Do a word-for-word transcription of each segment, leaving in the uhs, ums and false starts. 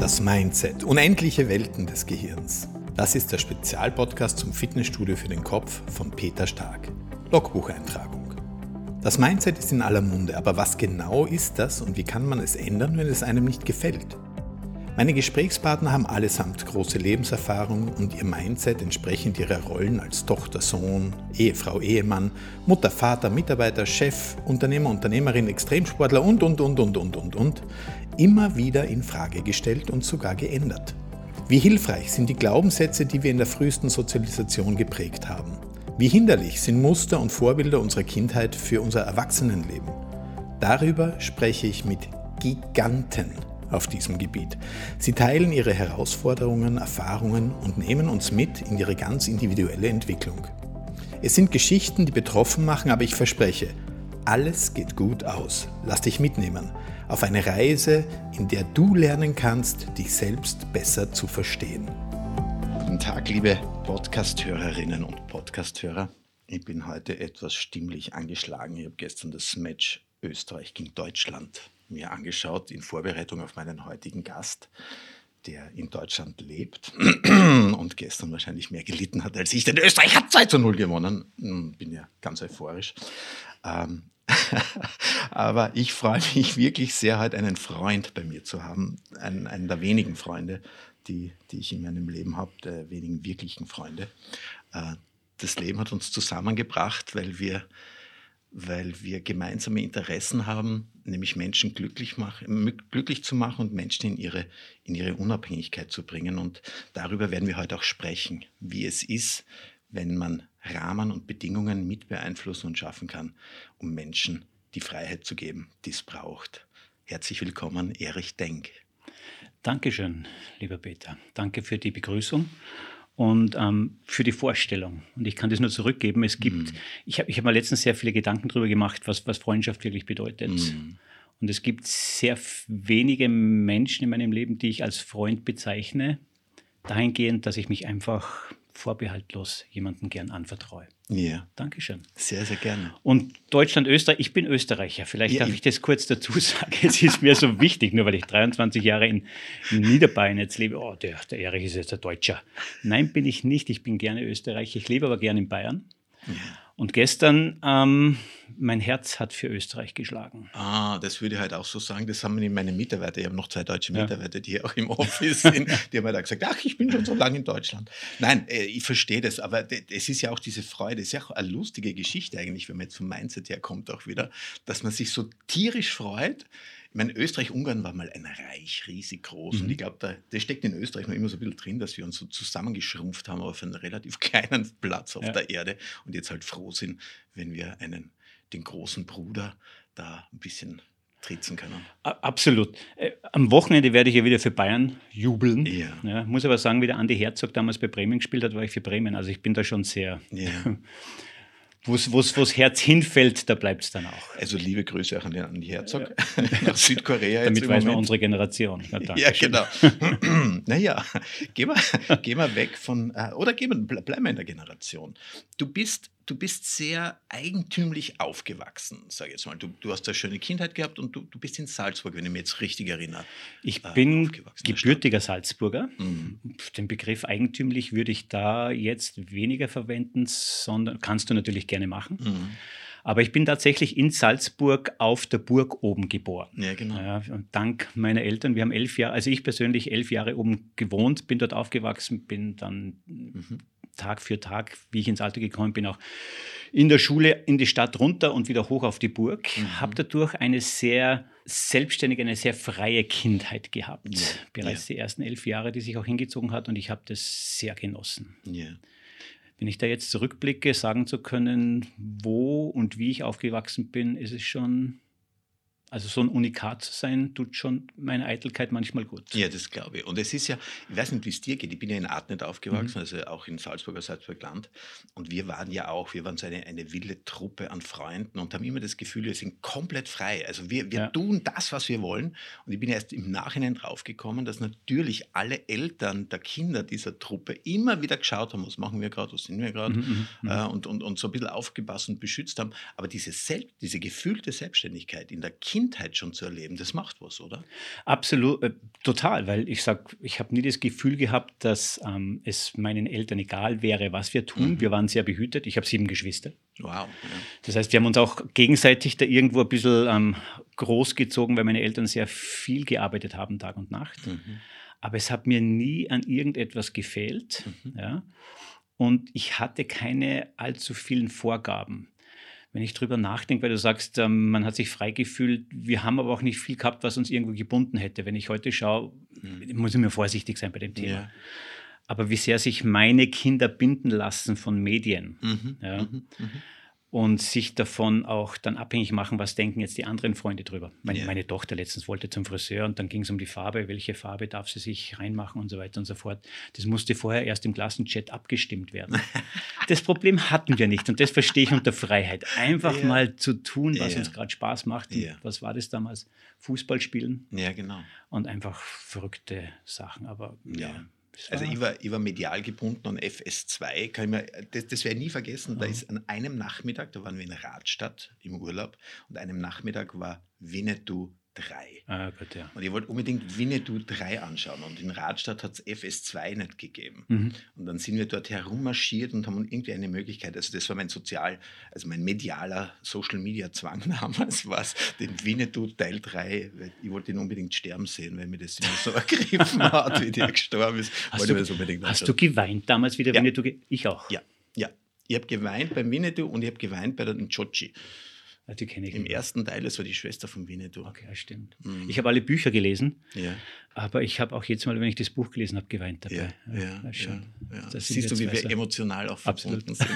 Das Mindset. Unendliche Welten des Gehirns. Das ist der Spezialpodcast zum Fitnessstudio für den Kopf von Peter Stark. Logbucheintragung. Das Mindset ist in aller Munde, aber was genau ist das und wie kann man es ändern, wenn es einem nicht gefällt? Meine Gesprächspartner haben allesamt große Lebenserfahrung und ihr Mindset entsprechend ihrer Rollen als Tochter, Sohn, Ehefrau, Ehemann, Mutter, Vater, Mitarbeiter, Chef, Unternehmer, Unternehmerin, Extremsportler und, und, und, und, und, und, und, immer wieder in Frage gestellt und sogar geändert. Wie hilfreich sind die Glaubenssätze, die wir in der frühesten Sozialisation geprägt haben? Wie hinderlich sind Muster und Vorbilder unserer Kindheit für unser Erwachsenenleben? Darüber spreche ich mit Giganten auf diesem Gebiet. Sie teilen ihre Herausforderungen, Erfahrungen und nehmen uns mit in ihre ganz individuelle Entwicklung. Es sind Geschichten, die betroffen machen, aber ich verspreche, alles geht gut aus. Lass dich mitnehmen auf eine Reise, in der du lernen kannst, dich selbst besser zu verstehen. Guten Tag, liebe Podcast-Hörerinnen und Podcast-Hörer. Ich bin heute etwas stimmlich angeschlagen. Ich habe gestern das Match Österreich gegen Deutschland mir angeschaut in Vorbereitung auf meinen heutigen Gast, der in Deutschland lebt und gestern wahrscheinlich mehr gelitten hat als ich, denn Österreich hat zwei zu null gewonnen. Bin ja ganz euphorisch. Ähm, aber ich freue mich wirklich sehr, heute einen Freund bei mir zu haben, einen, einen der wenigen Freunde, die, die ich in meinem Leben habe, der wenigen wirklichen Freunde. Äh, das Leben hat uns zusammengebracht, weil wir weil wir gemeinsame Interessen haben, nämlich Menschen glücklich, machen, glücklich zu machen und Menschen in ihre, in ihre Unabhängigkeit zu bringen. Und darüber werden wir heute auch sprechen, wie es ist, wenn man Rahmen und Bedingungen mit beeinflussen und schaffen kann, um Menschen die Freiheit zu geben, die es braucht. Herzlich willkommen, Erich Denk. Dankeschön, lieber Peter. Danke für die Begrüßung. Und ähm, für die Vorstellung. Und ich kann das nur zurückgeben. Es gibt, mm. ich habe ich hab mir letztens sehr viele Gedanken darüber gemacht, was, was Freundschaft wirklich bedeutet. Mm. Und es gibt sehr wenige Menschen in meinem Leben, die ich als Freund bezeichne, dahingehend, dass ich mich einfach vorbehaltlos jemandem gern anvertraue. Ja. Dankeschön. Sehr, sehr gerne. Und Deutschland, Österreich, ich bin Österreicher. Vielleicht ja, darf ich, ich das kurz dazu sagen. Es ist mir so wichtig, nur weil ich dreiundzwanzig Jahre in, in Niederbayern jetzt lebe. Oh, der, der Erich ist jetzt ein Deutscher. Nein, bin ich nicht. Ich bin gerne Österreicher. Ich lebe aber gerne in Bayern. Ja. Und gestern, ähm, mein Herz hat für Österreich geschlagen. Ah, das würde ich halt auch so sagen. Das haben meine Mitarbeiter, ich habe noch zwei deutsche Mitarbeiter, ja. die auch im Office sind, die haben halt auch gesagt, ach, ich bin schon so lange in Deutschland. Nein, ich verstehe das, aber es ist ja auch diese Freude, es ist ja auch eine lustige Geschichte eigentlich, wenn man jetzt vom Mindset herkommt auch wieder, dass man sich so tierisch freut. Ich meine, Österreich-Ungarn war mal ein Reich, riesig groß. Mhm. Und ich glaube, da, das steckt in Österreich noch immer so ein bisschen drin, dass wir uns so zusammengeschrumpft haben auf einen relativ kleinen Platz auf ja. der Erde und jetzt halt froh sind, wenn wir einen, den großen Bruder da ein bisschen tritzen können. Absolut. Am Wochenende werde ich ja wieder für Bayern jubeln. Ja. Ja, muss aber sagen, wie der Andi Herzog damals bei Bremen gespielt hat, war ich für Bremen. Also ich bin da schon sehr... Ja. Wo das Herz hinfällt, da bleibt es dann auch. Also liebe Grüße auch an den Andi Herzog nach Südkorea. Damit weiß man unsere Generation. Na, ja, genau. Naja, gehen wir, gehen wir weg von, oder gehen wir, bleiben wir in der Generation. Du bist, du bist sehr eigentümlich aufgewachsen, sage ich jetzt mal. Du, du hast eine schöne Kindheit gehabt und du, du bist in Salzburg, wenn ich mich jetzt richtig erinnere. Ich äh, bin gebürtiger Salzburger. Mhm. Den Begriff eigentümlich würde ich da jetzt weniger verwenden, sondern kannst du natürlich gerne machen. Mhm. Aber ich bin tatsächlich in Salzburg auf der Burg oben geboren. Ja, genau. Ja, und dank meiner Eltern, wir haben elf Jahre, also ich persönlich elf Jahre oben gewohnt, bin dort aufgewachsen, bin dann mhm. Tag für Tag, wie ich ins Alter gekommen bin, auch in der Schule in die Stadt runter und wieder hoch auf die Burg. Mhm. Habe dadurch eine sehr selbstständige, eine sehr freie Kindheit gehabt. Ja. Bereits ja. die ersten elf Jahre, die sich auch hingezogen hat und ich habe das sehr genossen. Ja. Wenn ich da jetzt zurückblicke, sagen zu können, wo und wie ich aufgewachsen bin, ist es schon, also so ein Unikat zu sein, tut schon meine Eitelkeit manchmal gut. Ja, das glaube ich. Und es ist ja, ich weiß nicht, wie es dir geht, ich bin ja in Adnet aufgewachsen, mhm. also auch in Salzburger Salzburgland. Und wir waren ja auch, wir waren so eine, eine wilde Truppe an Freunden und haben immer das Gefühl, wir sind komplett frei. Also wir, wir ja. tun das, was wir wollen. Und ich bin erst im Nachhinein draufgekommen, dass natürlich alle Eltern der Kinder dieser Truppe immer wieder geschaut haben, was machen wir gerade, was sind wir gerade, mhm, äh, und, und, und so ein bisschen aufgepasst und beschützt haben. Aber diese, Selbst, diese gefühlte Selbstständigkeit in der Kindheit, Kindheit schon zu erleben, das macht was, oder? Absolut, äh, total, weil ich sage, ich habe nie das Gefühl gehabt, dass ähm, es meinen Eltern egal wäre, was wir tun. Mhm. Wir waren sehr behütet. Ich habe sieben Geschwister. Wow. Ja. Das heißt, wir haben uns auch gegenseitig da irgendwo ein bisschen ähm, großgezogen, weil meine Eltern sehr viel gearbeitet haben, Tag und Nacht. Mhm. Aber es hat mir nie an irgendetwas gefehlt. Mhm. Ja? Und ich hatte keine allzu vielen Vorgaben. Wenn ich drüber nachdenke, weil du sagst, ähm, man hat sich frei gefühlt, wir haben aber auch nicht viel gehabt, was uns irgendwo gebunden hätte. Wenn ich heute schaue, mhm. muss ich mir vorsichtig sein bei dem Thema. Ja. Aber wie sehr sich meine Kinder binden lassen von Medien. Mhm. Ja? Mhm. Mhm. Und sich davon auch dann abhängig machen, was denken jetzt die anderen Freunde drüber. Meine, yeah. meine Tochter letztens wollte zum Friseur und dann ging es um die Farbe, welche Farbe darf sie sich reinmachen und so weiter und so fort. Das musste vorher erst im Klassenchat abgestimmt werden. Das Problem hatten wir nicht und das verstehe ich unter Freiheit. Einfach yeah. mal zu tun, was yeah. uns gerade Spaß macht. Yeah. Was war das damals? Fußball spielen. Ja, genau. Und einfach verrückte Sachen, aber ja. ja. Also ich war, ich war medial gebunden an F S zwei, kann ich mir, das, das werde ich nie vergessen, da ist an einem Nachmittag, da waren wir in Radstadt im Urlaub und an einem Nachmittag war Winnetou drei. Ah, Gott, ja. Und ich wollte unbedingt Winnetou drei anschauen und in Radstadt hat es F S zwei nicht gegeben. Mhm. Und dann sind wir dort herummarschiert und haben irgendwie eine Möglichkeit, also das war mein sozial, also mein medialer Social-Media-Zwang damals, war es, den Winnetou Teil drei, ich wollte ihn unbedingt sterben sehen, weil mir das immer so ergriffen hat, wie der gestorben ist. Hast, du, das unbedingt hast du geweint damals, wie der ja. Winnetou? Ich auch. Ja, ja. Ich habe geweint beim Winnetou und ich habe geweint bei der Nchochi. Die kenne ich Im nicht. ersten Teil, das war die Schwester von Winnetou. Okay, ja, stimmt. Mhm. Ich habe alle Bücher gelesen, ja. aber ich habe auch jetzt mal, wenn ich das Buch gelesen habe, geweint dabei. Ja, ja, ja, schon. ja, ja. Das siehst du, wie wir so emotional auch verbunden sind.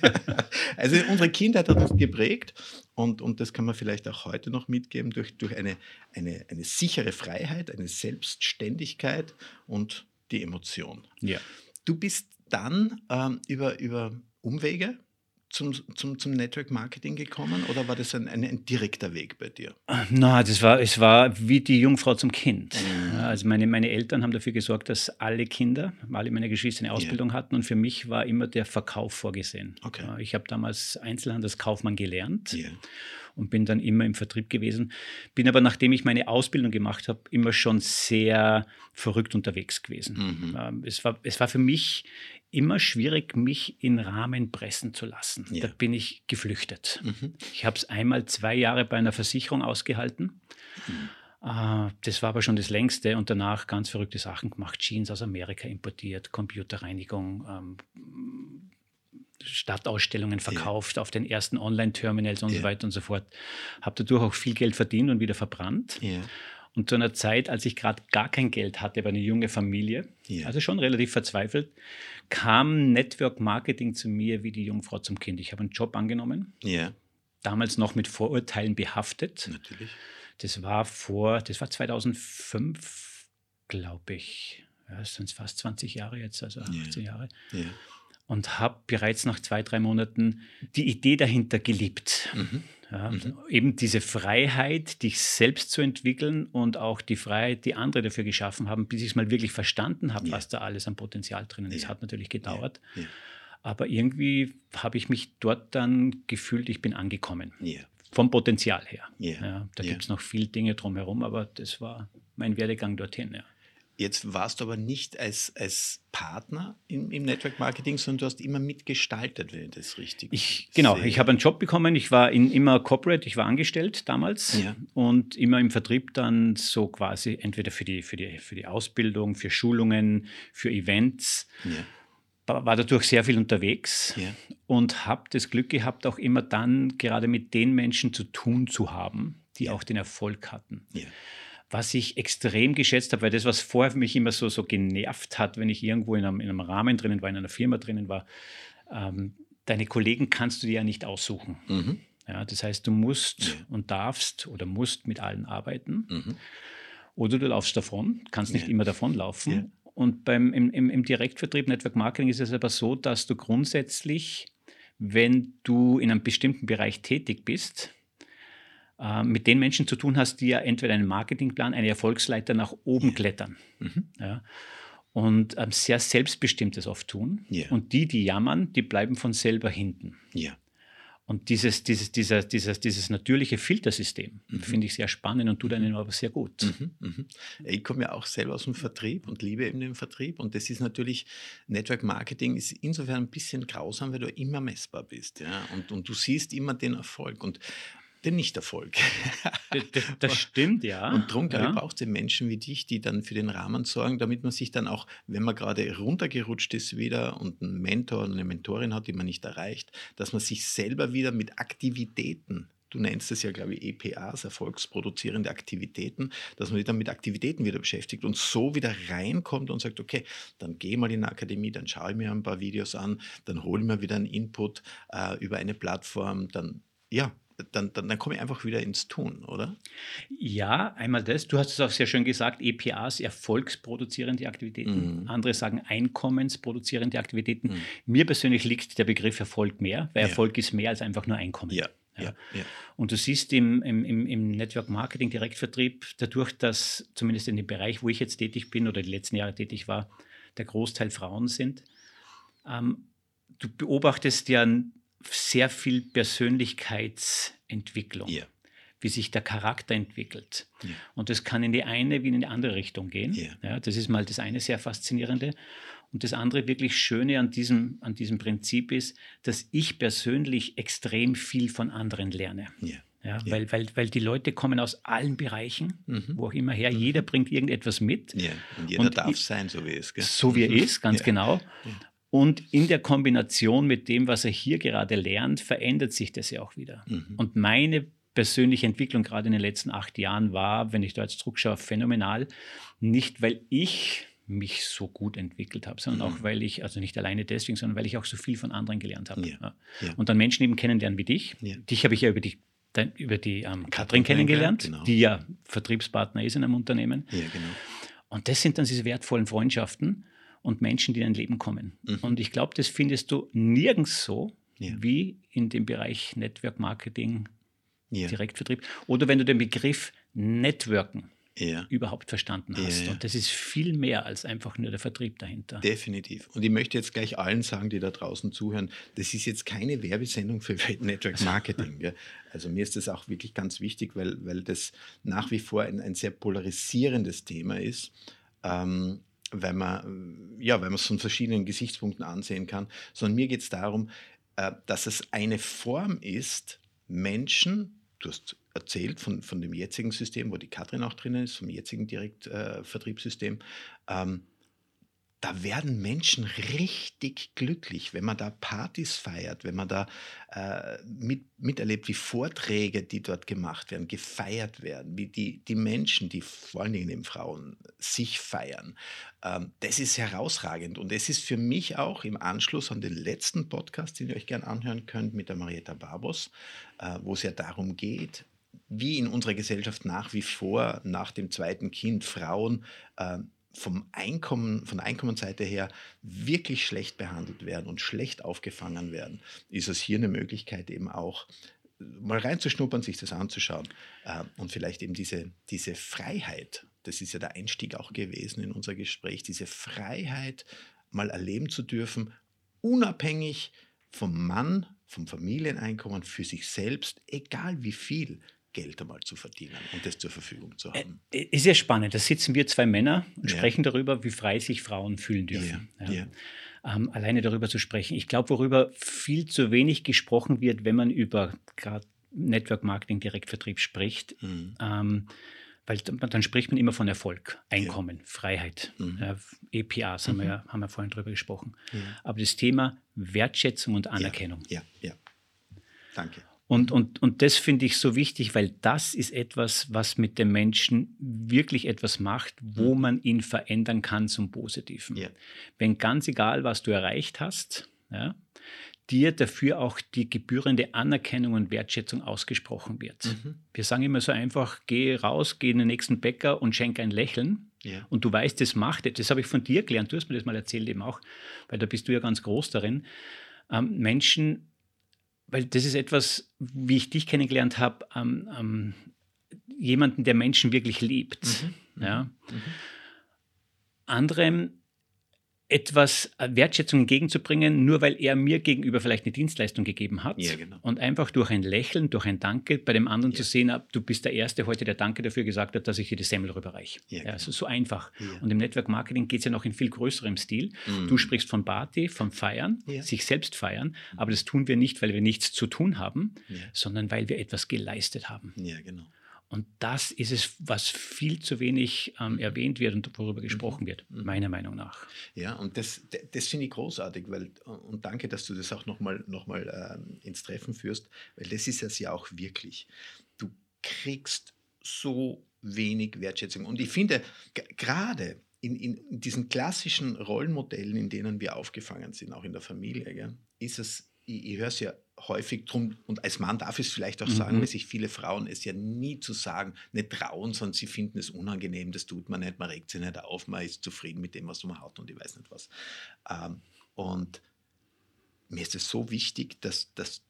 Also unsere Kindheit hat uns geprägt und, und das kann man vielleicht auch heute noch mitgeben durch, durch eine, eine, eine sichere Freiheit, eine Selbstständigkeit und die Emotion. Ja. Du bist dann ähm, über, über Umwege Zum, zum, zum Network Marketing gekommen oder war das ein, ein, ein direkter Weg bei dir? Na, das war, es war wie die Jungfrau zum Kind. Mhm. Also meine, meine Eltern haben dafür gesorgt, dass alle Kinder, alle meine Geschwister eine Ausbildung yeah. hatten und für mich war immer der Verkauf vorgesehen. Okay. Ich habe damals Einzelhandelskaufmann gelernt yeah. und bin dann immer im Vertrieb gewesen. Bin aber, nachdem ich meine Ausbildung gemacht habe, immer schon sehr verrückt unterwegs gewesen. Mhm. Es war, es war für mich immer schwierig, mich in Rahmen pressen zu lassen. Ja. Da bin ich geflüchtet. Mhm. Ich habe es einmal zwei Jahre bei einer Versicherung ausgehalten. Mhm. Äh, das war aber schon das längste und danach ganz verrückte Sachen gemacht. Jeans aus Amerika importiert, Computerreinigung, ähm, Stadtausstellungen verkauft ja. auf den ersten Online-Terminals und ja. so weiter und so fort. Habe dadurch auch viel Geld verdient und wieder verbrannt. Ja. Und zu einer Zeit, als ich gerade gar kein Geld hatte, war eine junge Familie, yeah. also schon relativ verzweifelt, kam Network Marketing zu mir wie die Jungfrau zum Kind. Ich habe einen Job angenommen, yeah. damals noch mit Vorurteilen behaftet. Natürlich. Das war vor, das war zweitausendfünf, glaube ich. Ja, das sind fast zwanzig Jahre jetzt, also achtzehn yeah. Jahre. Yeah. Und habe bereits nach zwei, drei Monaten die Idee dahinter geliebt. Mhm. Ja, mhm. Eben diese Freiheit, dich selbst zu entwickeln und auch die Freiheit, die andere dafür geschaffen haben, bis ich es mal wirklich verstanden habe, ja. was da alles an Potenzial drinnen ist. Ja. Hat natürlich gedauert. Ja. Ja. Aber irgendwie habe ich mich dort dann gefühlt, ich bin angekommen. Ja. Vom Potenzial her. Ja. Ja, da ja. gibt es noch viele Dinge drumherum, aber das war mein Werdegang dorthin. Ja. Jetzt warst du aber nicht als, als Partner im, im Network Marketing, sondern du hast immer mitgestaltet, wenn ich das richtig ich, Genau, sehe. Ich habe einen Job bekommen. Ich war in, immer Corporate, ich war angestellt damals ja. und immer im Vertrieb dann so quasi entweder für die, für die, für die Ausbildung, für Schulungen, für Events. Ja. War dadurch sehr viel unterwegs ja. und habe das Glück gehabt, auch immer dann gerade mit den Menschen zu tun zu haben, die ja. auch den Erfolg hatten. Ja. Was ich extrem geschätzt habe, weil das, was vorher mich immer so, so genervt hat, wenn ich irgendwo in einem, in einem Rahmen drinnen war, in einer Firma drinnen war, ähm, deine Kollegen kannst du dir ja nicht aussuchen. Mhm. Ja, das heißt, du musst ja. und darfst oder musst mit allen arbeiten. Mhm. Oder du laufst davon, kannst nicht ja. immer davonlaufen. Ja. Und beim, im, im, im Direktvertrieb Network Marketing ist es aber so, dass du grundsätzlich, wenn du in einem bestimmten Bereich tätig bist, mit den Menschen zu tun hast, die ja entweder einen Marketingplan, eine Erfolgsleiter nach oben yeah. klettern. Mhm. Ja, und ähm, sehr selbstbestimmtes oft tun. Yeah. Und die, die jammern, die bleiben von selber hinten. Yeah. Und dieses, dieses, dieser, dieses, dieses natürliche Filtersystem mhm. finde ich sehr spannend und tut einem aber sehr gut. Mhm, mhm. Ich komme ja auch selber aus dem Vertrieb und liebe eben den Vertrieb. Und das ist natürlich, Network Marketing ist insofern ein bisschen grausam, weil du immer messbar bist. Ja? Und, und du siehst immer den Erfolg und den Nicht-Erfolg. Das, das, das stimmt, ja. Und darum, glaube ja. ich, braucht es Menschen wie dich, die dann für den Rahmen sorgen, damit man sich dann auch, wenn man gerade runtergerutscht ist wieder und einen Mentor oder eine Mentorin hat, die man nicht erreicht, dass man sich selber wieder mit Aktivitäten, du nennst es ja, glaube ich, E P As, erfolgsproduzierende Aktivitäten, dass man sich dann mit Aktivitäten wieder beschäftigt und so wieder reinkommt und sagt, okay, dann gehe mal in eine Akademie, dann schaue ich mir ein paar Videos an, dann hole ich mir wieder einen Input äh, über eine Plattform, dann, ja, Dann, dann, dann komme ich einfach wieder ins Tun, oder? Ja, einmal das. Du hast es auch sehr schön gesagt, E P As, erfolgsproduzierende Aktivitäten. Mhm. Andere sagen einkommensproduzierende Aktivitäten. Mhm. Mir persönlich liegt der Begriff Erfolg mehr, weil Ja. Erfolg ist mehr als einfach nur Einkommen. Ja, Ja. ja, ja. Und du siehst im, im, im Network Marketing, Direktvertrieb, dadurch, dass zumindest in dem Bereich, wo ich jetzt tätig bin oder die letzten Jahre tätig war, der Großteil Frauen sind, ähm, du beobachtest ja sehr viel Persönlichkeitsentwicklung, Ja. wie sich der Charakter entwickelt. Ja. Und das kann in die eine wie in die andere Richtung gehen. Ja. Ja, das ist mal das eine sehr Faszinierende. Und das andere wirklich Schöne an diesem, an diesem Prinzip ist, dass ich persönlich extrem viel von anderen lerne. Ja. Ja, Ja. weil, weil, weil die Leute kommen aus allen Bereichen, Mhm. wo auch immer her. Jeder bringt irgendetwas mit. Ja. Und jeder Und darf ich- sein, so wie er ist. Gell? So wie er ist, ganz Ja. genau. Ja. Und in der Kombination mit dem, was er hier gerade lernt, verändert sich das ja auch wieder. Mhm. Und meine persönliche Entwicklung gerade in den letzten acht Jahren war, wenn ich da jetzt zurückschaue, phänomenal. Nicht, weil ich mich so gut entwickelt habe, sondern Mhm. auch, weil ich, also nicht alleine deswegen, sondern weil ich auch so viel von anderen gelernt habe. Ja. Ja. Ja. Und dann Menschen eben kennenlernen wie dich. Ja. Dich habe ich ja über die, dann über die ähm, Katrin Katrin kennengelernt, kennengelernt, genau. die ja Vertriebspartner ist in einem Unternehmen. Ja, genau. Und das sind dann diese wertvollen Freundschaften und Menschen, die in dein Leben kommen. Mhm. Und ich glaube, das findest du nirgends so Ja. wie in dem Bereich Network Marketing, Ja. Direktvertrieb. Oder wenn du den Begriff Networken Ja. überhaupt verstanden Ja, hast. ja. Und das ist viel mehr als einfach nur der Vertrieb dahinter. Definitiv. Und ich möchte jetzt gleich allen sagen, die da draußen zuhören, das ist jetzt keine Werbesendung für Network Marketing. Gell? Also mir ist das auch wirklich ganz wichtig, weil, weil das nach wie vor ein, ein sehr polarisierendes Thema ist, ähm, weil man ja, weil man es von verschiedenen Gesichtspunkten ansehen kann. Sondern mir geht es darum, äh, dass es eine Form ist, Menschen, du hast erzählt von, von dem jetzigen System, wo die Katrin auch drin ist, vom jetzigen Direktvertriebssystem, äh, ähm, da werden Menschen richtig glücklich, wenn man da Partys feiert, wenn man da äh, mit, miterlebt, wie Vorträge, die dort gemacht werden, gefeiert werden, wie die, die Menschen, die vor allen Dingen eben Frauen, sich feiern. Ähm, das ist herausragend und es ist für mich auch im Anschluss an den letzten Podcast, den ihr euch gerne anhören könnt, mit der Marietta Barbos, äh, wo es ja darum geht, wie in unserer Gesellschaft nach wie vor nach dem zweiten Kind Frauen äh, vom Einkommen, von der Einkommensseite her wirklich schlecht behandelt werden und schlecht aufgefangen werden, ist es hier eine Möglichkeit eben auch mal reinzuschnuppern, sich das anzuschauen äh, und vielleicht eben diese, diese Freiheit, das ist ja der Einstieg auch gewesen in unser Gespräch, diese Freiheit mal erleben zu dürfen, unabhängig vom Mann, vom Familieneinkommen, für sich selbst, egal wie viel Geld einmal zu verdienen und das zur Verfügung zu haben. Äh, Ist ja spannend. Da sitzen wir zwei Männer und Ja. sprechen darüber, wie frei sich Frauen fühlen dürfen. Ja, ja. Ähm, alleine darüber zu sprechen. Ich glaube, worüber viel zu wenig gesprochen wird, wenn man über gerade Network Marketing, Direktvertrieb spricht, Mhm. ähm, weil dann, dann spricht man immer von Erfolg, Einkommen, Freiheit. Mhm. Ja, E P As haben, wir ja, haben wir vorhin drüber gesprochen. Ja. Aber das Thema Wertschätzung und Anerkennung. Ja, ja. Danke. Und, und, und das finde ich so wichtig, weil das ist etwas, was mit dem Menschen wirklich etwas macht, wo Mhm. man ihn verändern kann zum Positiven. Ja. Wenn ganz egal, was du erreicht hast, ja, dir dafür auch die gebührende Anerkennung und Wertschätzung ausgesprochen wird. Mhm. Wir sagen immer so einfach, geh raus, geh in den nächsten Bäcker und schenk ein Lächeln. Ja. Und du weißt, das macht es. Das habe ich von dir gelernt. Du hast mir das mal erzählt eben auch, weil da bist du ja ganz groß darin. Ähm, Menschen, weil das ist etwas, wie ich dich kennengelernt habe, ähm, ähm, jemanden, der Menschen wirklich liebt. Mhm. Ja. Mhm. Andere etwas Wertschätzung entgegenzubringen, nur weil er mir gegenüber vielleicht eine Dienstleistung gegeben hat. Ja, genau. Und einfach durch ein Lächeln, durch ein Danke bei dem anderen Ja. zu sehen, du bist der Erste heute, der Danke dafür gesagt hat, dass ich dir die Semmel rüberreiche. Ja, Ja, genau. also so einfach. Ja. Und im Network Marketing geht es ja noch in viel größerem Stil. Mhm. Du sprichst von Party, vom Feiern, Ja. sich selbst feiern, aber das tun wir nicht, weil wir nichts zu tun haben, Ja. sondern weil wir etwas geleistet haben. Ja, genau. Und das ist es, was viel zu wenig ähm, erwähnt wird und worüber gesprochen wird, meiner Meinung nach. Ja, und das, das finde ich großartig, weil, und danke, dass du das auch nochmal noch mal, ähm, ins Treffen führst, weil das ist es ja auch wirklich. Du kriegst so wenig Wertschätzung. Und ich finde, g- gerade in, in diesen klassischen Rollenmodellen, in denen wir aufgefangen sind, auch in der Familie, gell, ist es, ich, ich höre es ja häufig drum, und als Mann darf ich es vielleicht auch sagen, Mhm. weil sich viele Frauen es ja nie zu sagen, nicht trauen, sondern sie finden es unangenehm, das tut man nicht, man regt sich nicht auf, man ist zufrieden mit dem, was man hat und ich weiß nicht was. Ähm, und mir ist es so wichtig, dass, dass,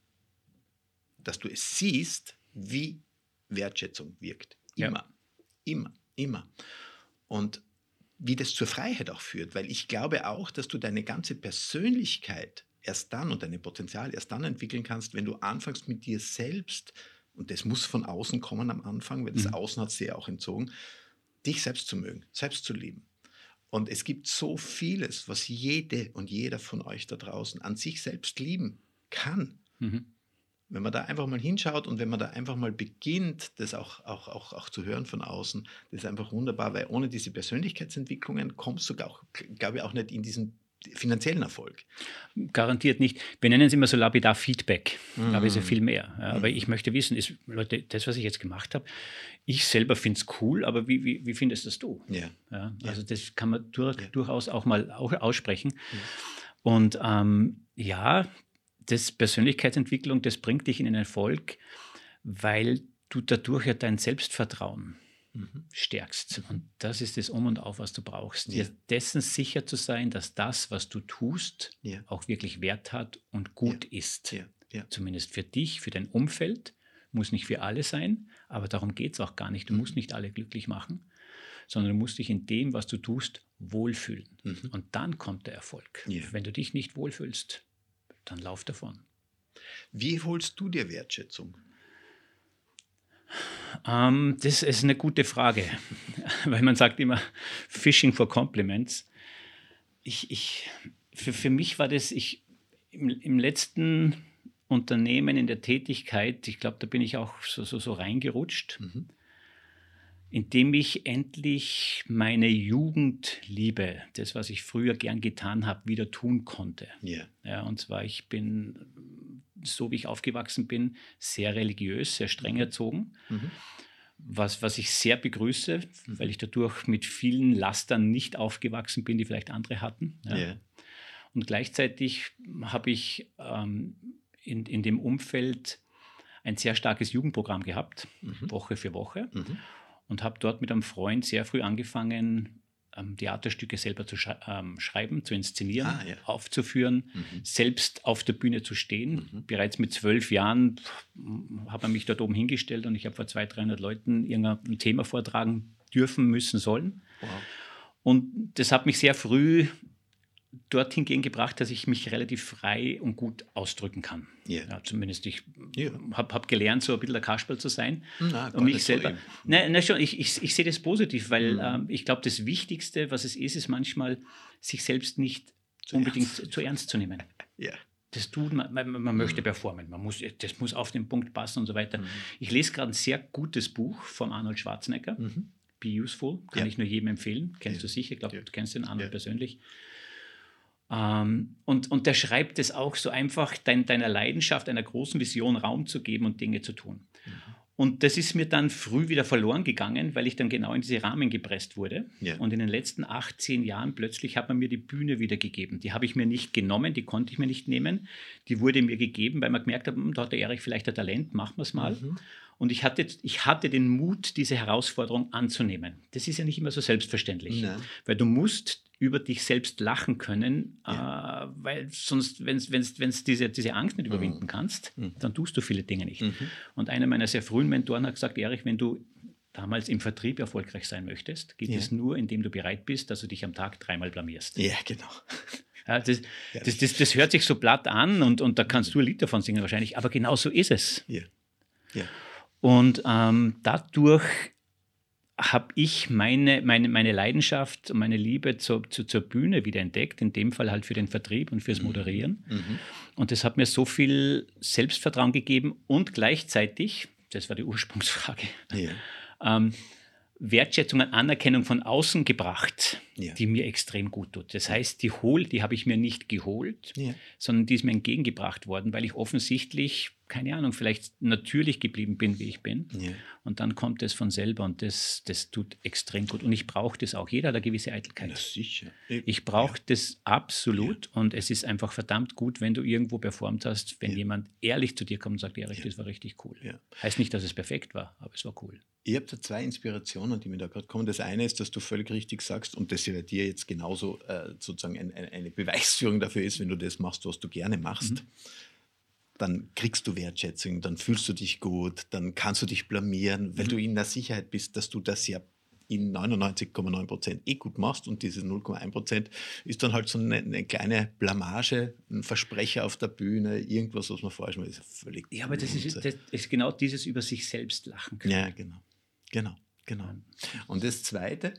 dass du es siehst, wie Wertschätzung wirkt. Ja. Immer, immer, immer. Und wie das zur Freiheit auch führt, weil ich glaube auch, dass du deine ganze Persönlichkeit erst dann und deine Potenzial erst dann entwickeln kannst, wenn du anfängst mit dir selbst, und das muss von außen kommen am Anfang, weil das Mhm. Außen hat es dir ja auch entzogen, dich selbst zu mögen, selbst zu lieben. Und es gibt so vieles, was jede und jeder von euch da draußen an sich selbst lieben kann. Mhm. Wenn man da einfach mal hinschaut und wenn man da einfach mal beginnt, das auch, auch, auch, auch zu hören von außen, das ist einfach wunderbar, weil ohne diese Persönlichkeitsentwicklungen kommst du, auch, glaube ich, auch nicht in diesen finanziellen Erfolg. Garantiert nicht. Wir nennen es immer so lapidar Feedback, Mhm. aber es ist ja viel mehr. Ja, aber Mhm. ich möchte wissen, ist, Leute, das, was ich jetzt gemacht habe, ich selber finde es cool, aber wie, wie, wie findest das du? Ja. Ja, Ja. also das kann man durch, Ja. durchaus auch mal auch aussprechen. Ja. Und ähm, ja, das Persönlichkeitsentwicklung, das bringt dich in den Erfolg, weil du dadurch ja dein Selbstvertrauen Mhm. stärkst. Und das ist das Um und Auf, was du brauchst. Ja. Dir dessen sicher zu sein, dass das, was du tust, Ja. auch wirklich Wert hat und gut ist. Ja. Ja. Zumindest für dich, für dein Umfeld. Muss nicht für alle sein, aber darum geht es auch gar nicht. Du Mhm. musst nicht alle glücklich machen, sondern du musst dich in dem, was du tust, wohlfühlen. Mhm. Und dann kommt der Erfolg. Ja. Wenn du dich nicht wohlfühlst, dann lauf davon. Wie holst du dir Wertschätzung? Ähm, das ist eine gute Frage, weil man sagt immer Fishing for Compliments. Ich, ich, für, für mich war das, ich, im, im letzten Unternehmen, in der Tätigkeit, ich glaube, da bin ich auch so, so, so reingerutscht, Mhm. indem ich endlich meine Jugendliebe, das, was ich früher gern getan habe, wieder tun konnte. Ja. Ja, und zwar, ich bin, so wie ich aufgewachsen bin, sehr religiös, sehr streng Mhm. erzogen. Mhm. Was, was ich sehr begrüße, Mhm. weil ich dadurch mit vielen Lastern nicht aufgewachsen bin, die vielleicht andere hatten. Ja. Ja. Und gleichzeitig habe ich ähm, in, in dem Umfeld ein sehr starkes Jugendprogramm gehabt, Mhm. Woche für Woche, Mhm. und habe dort mit einem Freund sehr früh angefangen, ähm, Theaterstücke selber zu schrei ähm, schreiben, zu inszenieren, Ah, ja. aufzuführen, Mhm. selbst auf der Bühne zu stehen. Mhm. Bereits mit zwölf Jahren habe ich mich dort oben hingestellt und ich habe vor zweihundert, dreihundert Leuten irgendein Thema vortragen dürfen, müssen, sollen. Wow. Und das hat mich sehr früh dorthin gehen gebracht, dass ich mich relativ frei und gut ausdrücken kann. Ja. Ja, zumindest ich Ja. habe hab gelernt, so ein bisschen ein Kasperl zu sein. Na, Und mich nicht so selber. eben. Nein, nein, schon, ich, ich, ich sehe das positiv, weil Mhm. ähm, ich glaube, das Wichtigste, was es ist, ist manchmal, sich selbst nicht Zu unbedingt ernst. zu ernst zu nehmen. Ja. Das tut man, man, man möchte performen, man muss, das muss auf den Punkt passen und so weiter. Ich lese gerade ein sehr gutes Buch von Arnold Schwarzenegger, Mhm. Be Useful, kann Ja. ich nur jedem empfehlen. Kennst Ja. du sicher, ich glaube, Ja. du kennst den Arnold Ja. persönlich. Ähm, und, und der schreibt es auch so einfach, dein, deiner Leidenschaft, einer großen Vision Raum zu geben und Dinge zu tun. Mhm. Und das ist mir dann früh wieder verloren gegangen, weil ich dann genau in diese Rahmen gepresst wurde. Ja. Und in den letzten acht, zehn Jahren plötzlich hat man mir die Bühne wieder gegeben. Die habe ich mir nicht genommen, die konnte ich mir nicht nehmen. Die wurde mir gegeben, weil man gemerkt hat, hm, da hat der Erich vielleicht ein Talent, machen wir es mal. Mhm. Und ich hatte, ich hatte den Mut, diese Herausforderung anzunehmen. Das ist ja nicht immer so selbstverständlich, Nein. weil du musst über dich selbst lachen können, Ja. äh, weil sonst, wenn du diese, diese Angst nicht überwinden Mhm. kannst, Mhm. dann tust du viele Dinge nicht. Mhm. Und einer meiner sehr frühen Mentoren hat gesagt, Erich, wenn du damals im Vertrieb erfolgreich sein möchtest, geht es ja. nur, indem du bereit bist, dass du dich am Tag dreimal blamierst. Ja, genau. Ja, das, das, das, das hört sich so platt an und, und da kannst du ein Lied davon singen wahrscheinlich, aber genau so ist es. Ja. Ja. Und ähm, dadurch habe ich meine, meine, meine Leidenschaft, meine Liebe zur, zur, zur Bühne wieder entdeckt, in dem Fall halt für den Vertrieb und fürs Moderieren. Mhm. Und das hat mir so viel Selbstvertrauen gegeben und gleichzeitig, das war die Ursprungsfrage, ja. ähm, Wertschätzung und Anerkennung von außen gebracht, ja. die mir extrem gut tut. Das heißt, die, hol, die habe ich mir nicht geholt, ja. sondern die ist mir entgegengebracht worden, weil ich offensichtlich, keine Ahnung, vielleicht natürlich geblieben bin, wie ich bin. Ja. Und dann kommt es von selber und das, das tut extrem gut. Und ich brauche das auch. Jeder hat eine gewisse Eitelkeit. Na sicher. Ich brauche ja. das absolut ja. und es ist einfach verdammt gut, wenn du irgendwo performt hast, wenn ja. jemand ehrlich zu dir kommt und sagt, Erich, ja. das war richtig cool. Ja. Heißt nicht, dass es perfekt war, aber es war cool. Ich habe da zwei Inspirationen, die mir da gerade kommen. Das eine ist, dass du völlig richtig sagst und das ja dir jetzt genauso äh, sozusagen ein, ein, eine Beweisführung dafür ist, wenn du das machst, was du gerne machst. Mhm. Dann kriegst du Wertschätzung, dann fühlst du dich gut, dann kannst du dich blamieren, weil mhm. du in der Sicherheit bist, dass du das ja in neunundneunzig Komma neun Prozent eh gut machst und diese null Komma eins Prozent ist dann halt so eine, eine kleine Blamage, ein Versprecher auf der Bühne, irgendwas, was man vorher schon mal ist. Völlig ja, aber das ist, das ist genau dieses über sich selbst lachen können. Ja, genau. Genau, genau. Und das Zweite,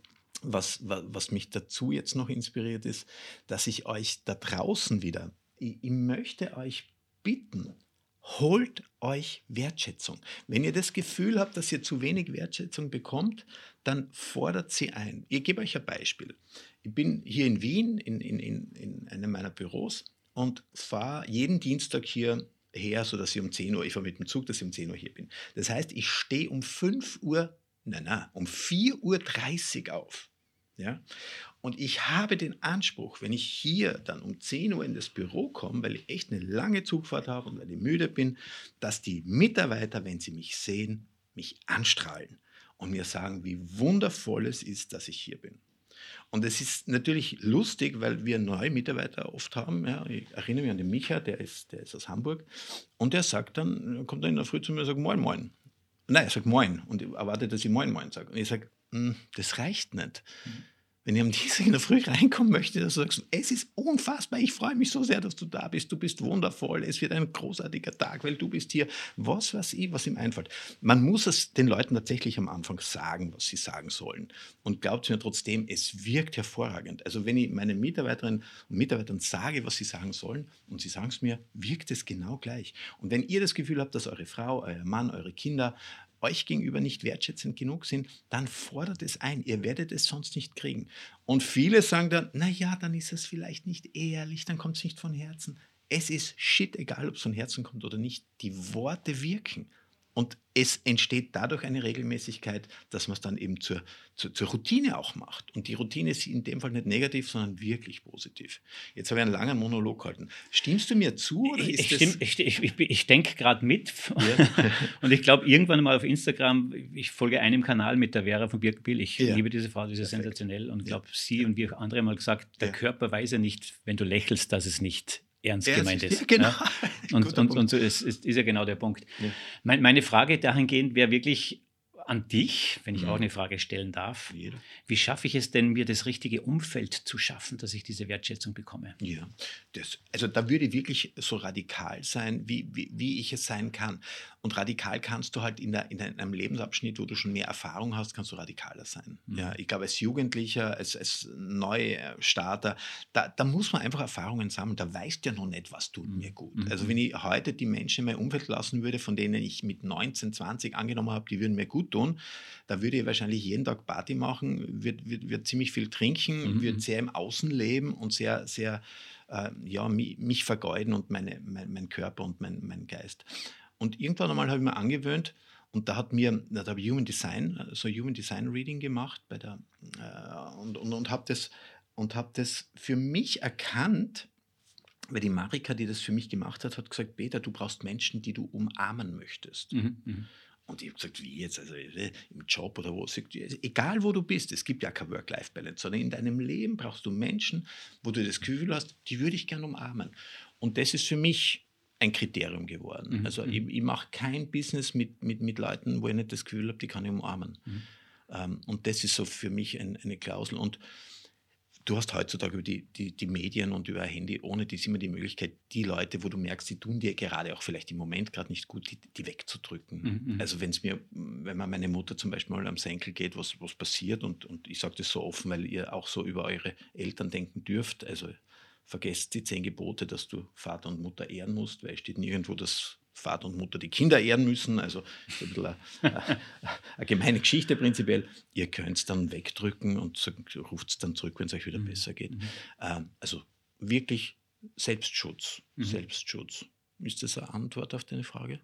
was, was mich dazu jetzt noch inspiriert, ist, dass ich euch da draußen wieder, ich, ich möchte euch bitten, holt euch Wertschätzung. Wenn ihr das Gefühl habt, dass ihr zu wenig Wertschätzung bekommt, dann fordert sie ein. Ich gebe euch ein Beispiel. Ich bin hier in Wien in, in, in, in einem meiner Büros und fahre jeden Dienstag hier her, sodass ich um zehn Uhr, ich fahre mit dem Zug, dass ich um zehn Uhr hier bin. Das heißt, ich stehe um fünf Uhr, nein, nein, um vier Uhr dreißig auf. Ja? Und ich habe den Anspruch, wenn ich hier dann um zehn Uhr in das Büro komme, weil ich echt eine lange Zugfahrt habe und weil ich müde bin, dass die Mitarbeiter, wenn sie mich sehen, mich anstrahlen und mir sagen, wie wundervoll es ist, dass ich hier bin. Und es ist natürlich lustig, weil wir neue Mitarbeiter oft haben. Ja. Ich erinnere mich an den Micha, der ist, der ist aus Hamburg. Und der sagt dann, kommt dann in der Früh zu mir und sagt, moin, moin. Nein, er sagt moin und erwartet, dass ich moin, moin sage. Und ich sage, das reicht nicht. Mhm. Wenn ich am Dienstag in der Früh reinkommen möchte, dass du sagst, es ist unfassbar, ich freue mich so sehr, dass du da bist, du bist wundervoll, es wird ein großartiger Tag, weil du bist hier, was weiß ich, was ihm einfällt. Man muss es den Leuten tatsächlich am Anfang sagen, was sie sagen sollen. Und glaubt mir trotzdem, es wirkt hervorragend. Also wenn ich meinen Mitarbeiterinnen und Mitarbeitern sage, was sie sagen sollen und sie sagen es mir, wirkt es genau gleich. Und wenn ihr das Gefühl habt, dass eure Frau, euer Mann, eure Kinder euch gegenüber nicht wertschätzend genug sind, dann fordert es ein. Ihr werdet es sonst nicht kriegen. Und viele sagen dann, naja, dann ist es vielleicht nicht ehrlich, dann kommt es nicht von Herzen. Es ist shit, egal ob es von Herzen kommt oder nicht. Die Worte wirken. Und es entsteht dadurch eine Regelmäßigkeit, dass man es dann eben zur, zur, zur Routine auch macht. Und die Routine ist in dem Fall nicht negativ, sondern wirklich positiv. Jetzt habe ich einen langen Monolog gehalten. Stimmst du mir zu? Oder ist ich, stimm, ich, ich, ich, ich denke gerade mit. Ja. Und ich glaube, irgendwann mal auf Instagram, ich folge einem Kanal mit der Vera von Birkenbill. Ich ja. liebe diese Frau, die ist ja sensationell. Und ich glaube, ja. sie ja. und wir andere haben mal gesagt, der ja. Körper weiß ja nicht, wenn du lächelst, dass es nicht ernst ja, gemeint ist. Ja, genau. Ja? Und, und, und so ist, ist, ist ja genau der Punkt. Ja. Meine, meine Frage dahingehend wäre wirklich an dich, wenn ich mhm. auch eine Frage stellen darf. Jeder. Wie schaffe ich es denn, mir das richtige Umfeld zu schaffen, dass ich diese Wertschätzung bekomme? Ja, das, also da würde ich wirklich so radikal sein, wie, wie, wie ich es sein kann. Und radikal kannst du halt in, der, in einem Lebensabschnitt, wo du schon mehr Erfahrung hast, kannst du radikaler sein. Mhm. Ja, ich glaube, als Jugendlicher, als, als Neustarter, da, da muss man einfach Erfahrungen sammeln. Da weißt du ja noch nicht, was tut mhm. mir gut. Mhm. Also wenn ich heute die Menschen in mein Umfeld lassen würde, von denen ich mit neunzehn, zwanzig angenommen habe, die würden mir gut tun, da würde ich wahrscheinlich jeden Tag Party machen, würde würd, würd ziemlich viel trinken, mhm. würde sehr im Außen leben und sehr, sehr äh, ja, mich, mich vergeuden und meine, mein, mein Körper und mein, mein Geist. Und irgendwann einmal habe ich mir angewöhnt, und da hat mir, da habe ich Human Design, so Human Design Reading gemacht bei der, äh, und, und, und habe das, und hab das für mich erkannt, weil die Marika, die das für mich gemacht hat, hat gesagt, Peter, du brauchst Menschen, die du umarmen möchtest. Mhm, mh. Und ich habe gesagt, wie jetzt, also im Job oder wo, egal wo du bist, es gibt ja keine Work-Life-Balance, sondern in deinem Leben brauchst du Menschen, wo du das Gefühl hast, die würde ich gerne umarmen. Und das ist für mich ein Kriterium geworden. Mhm. Also ich, ich mache kein Business mit, mit, mit Leuten, wo ich nicht das Gefühl habe, die kann ich umarmen. Mhm. Ähm, und das ist so für mich ein, eine Klausel. Und du hast heutzutage über die, die, die Medien und über ein Handy, ohne dies immer die Möglichkeit, die Leute, wo du merkst, die tun dir gerade auch vielleicht im Moment gerade nicht gut, die, die wegzudrücken. Mhm. Also wenn es mir, wenn man meine Mutter zum Beispiel mal am Senkel geht, was, was passiert, und, und ich sage das so offen, weil ihr auch so über eure Eltern denken dürft, also vergesst die zehn Gebote, dass du Vater und Mutter ehren musst, weil es steht nirgendwo, dass Vater und Mutter die Kinder ehren müssen. Also ist ein bisschen eine, eine gemeine Geschichte prinzipiell. Ihr könnt es dann wegdrücken und ruft es dann zurück, wenn es euch wieder mhm. besser geht. Mhm. Ähm, also wirklich Selbstschutz. Mhm. Selbstschutz. Ist das eine Antwort auf deine Frage?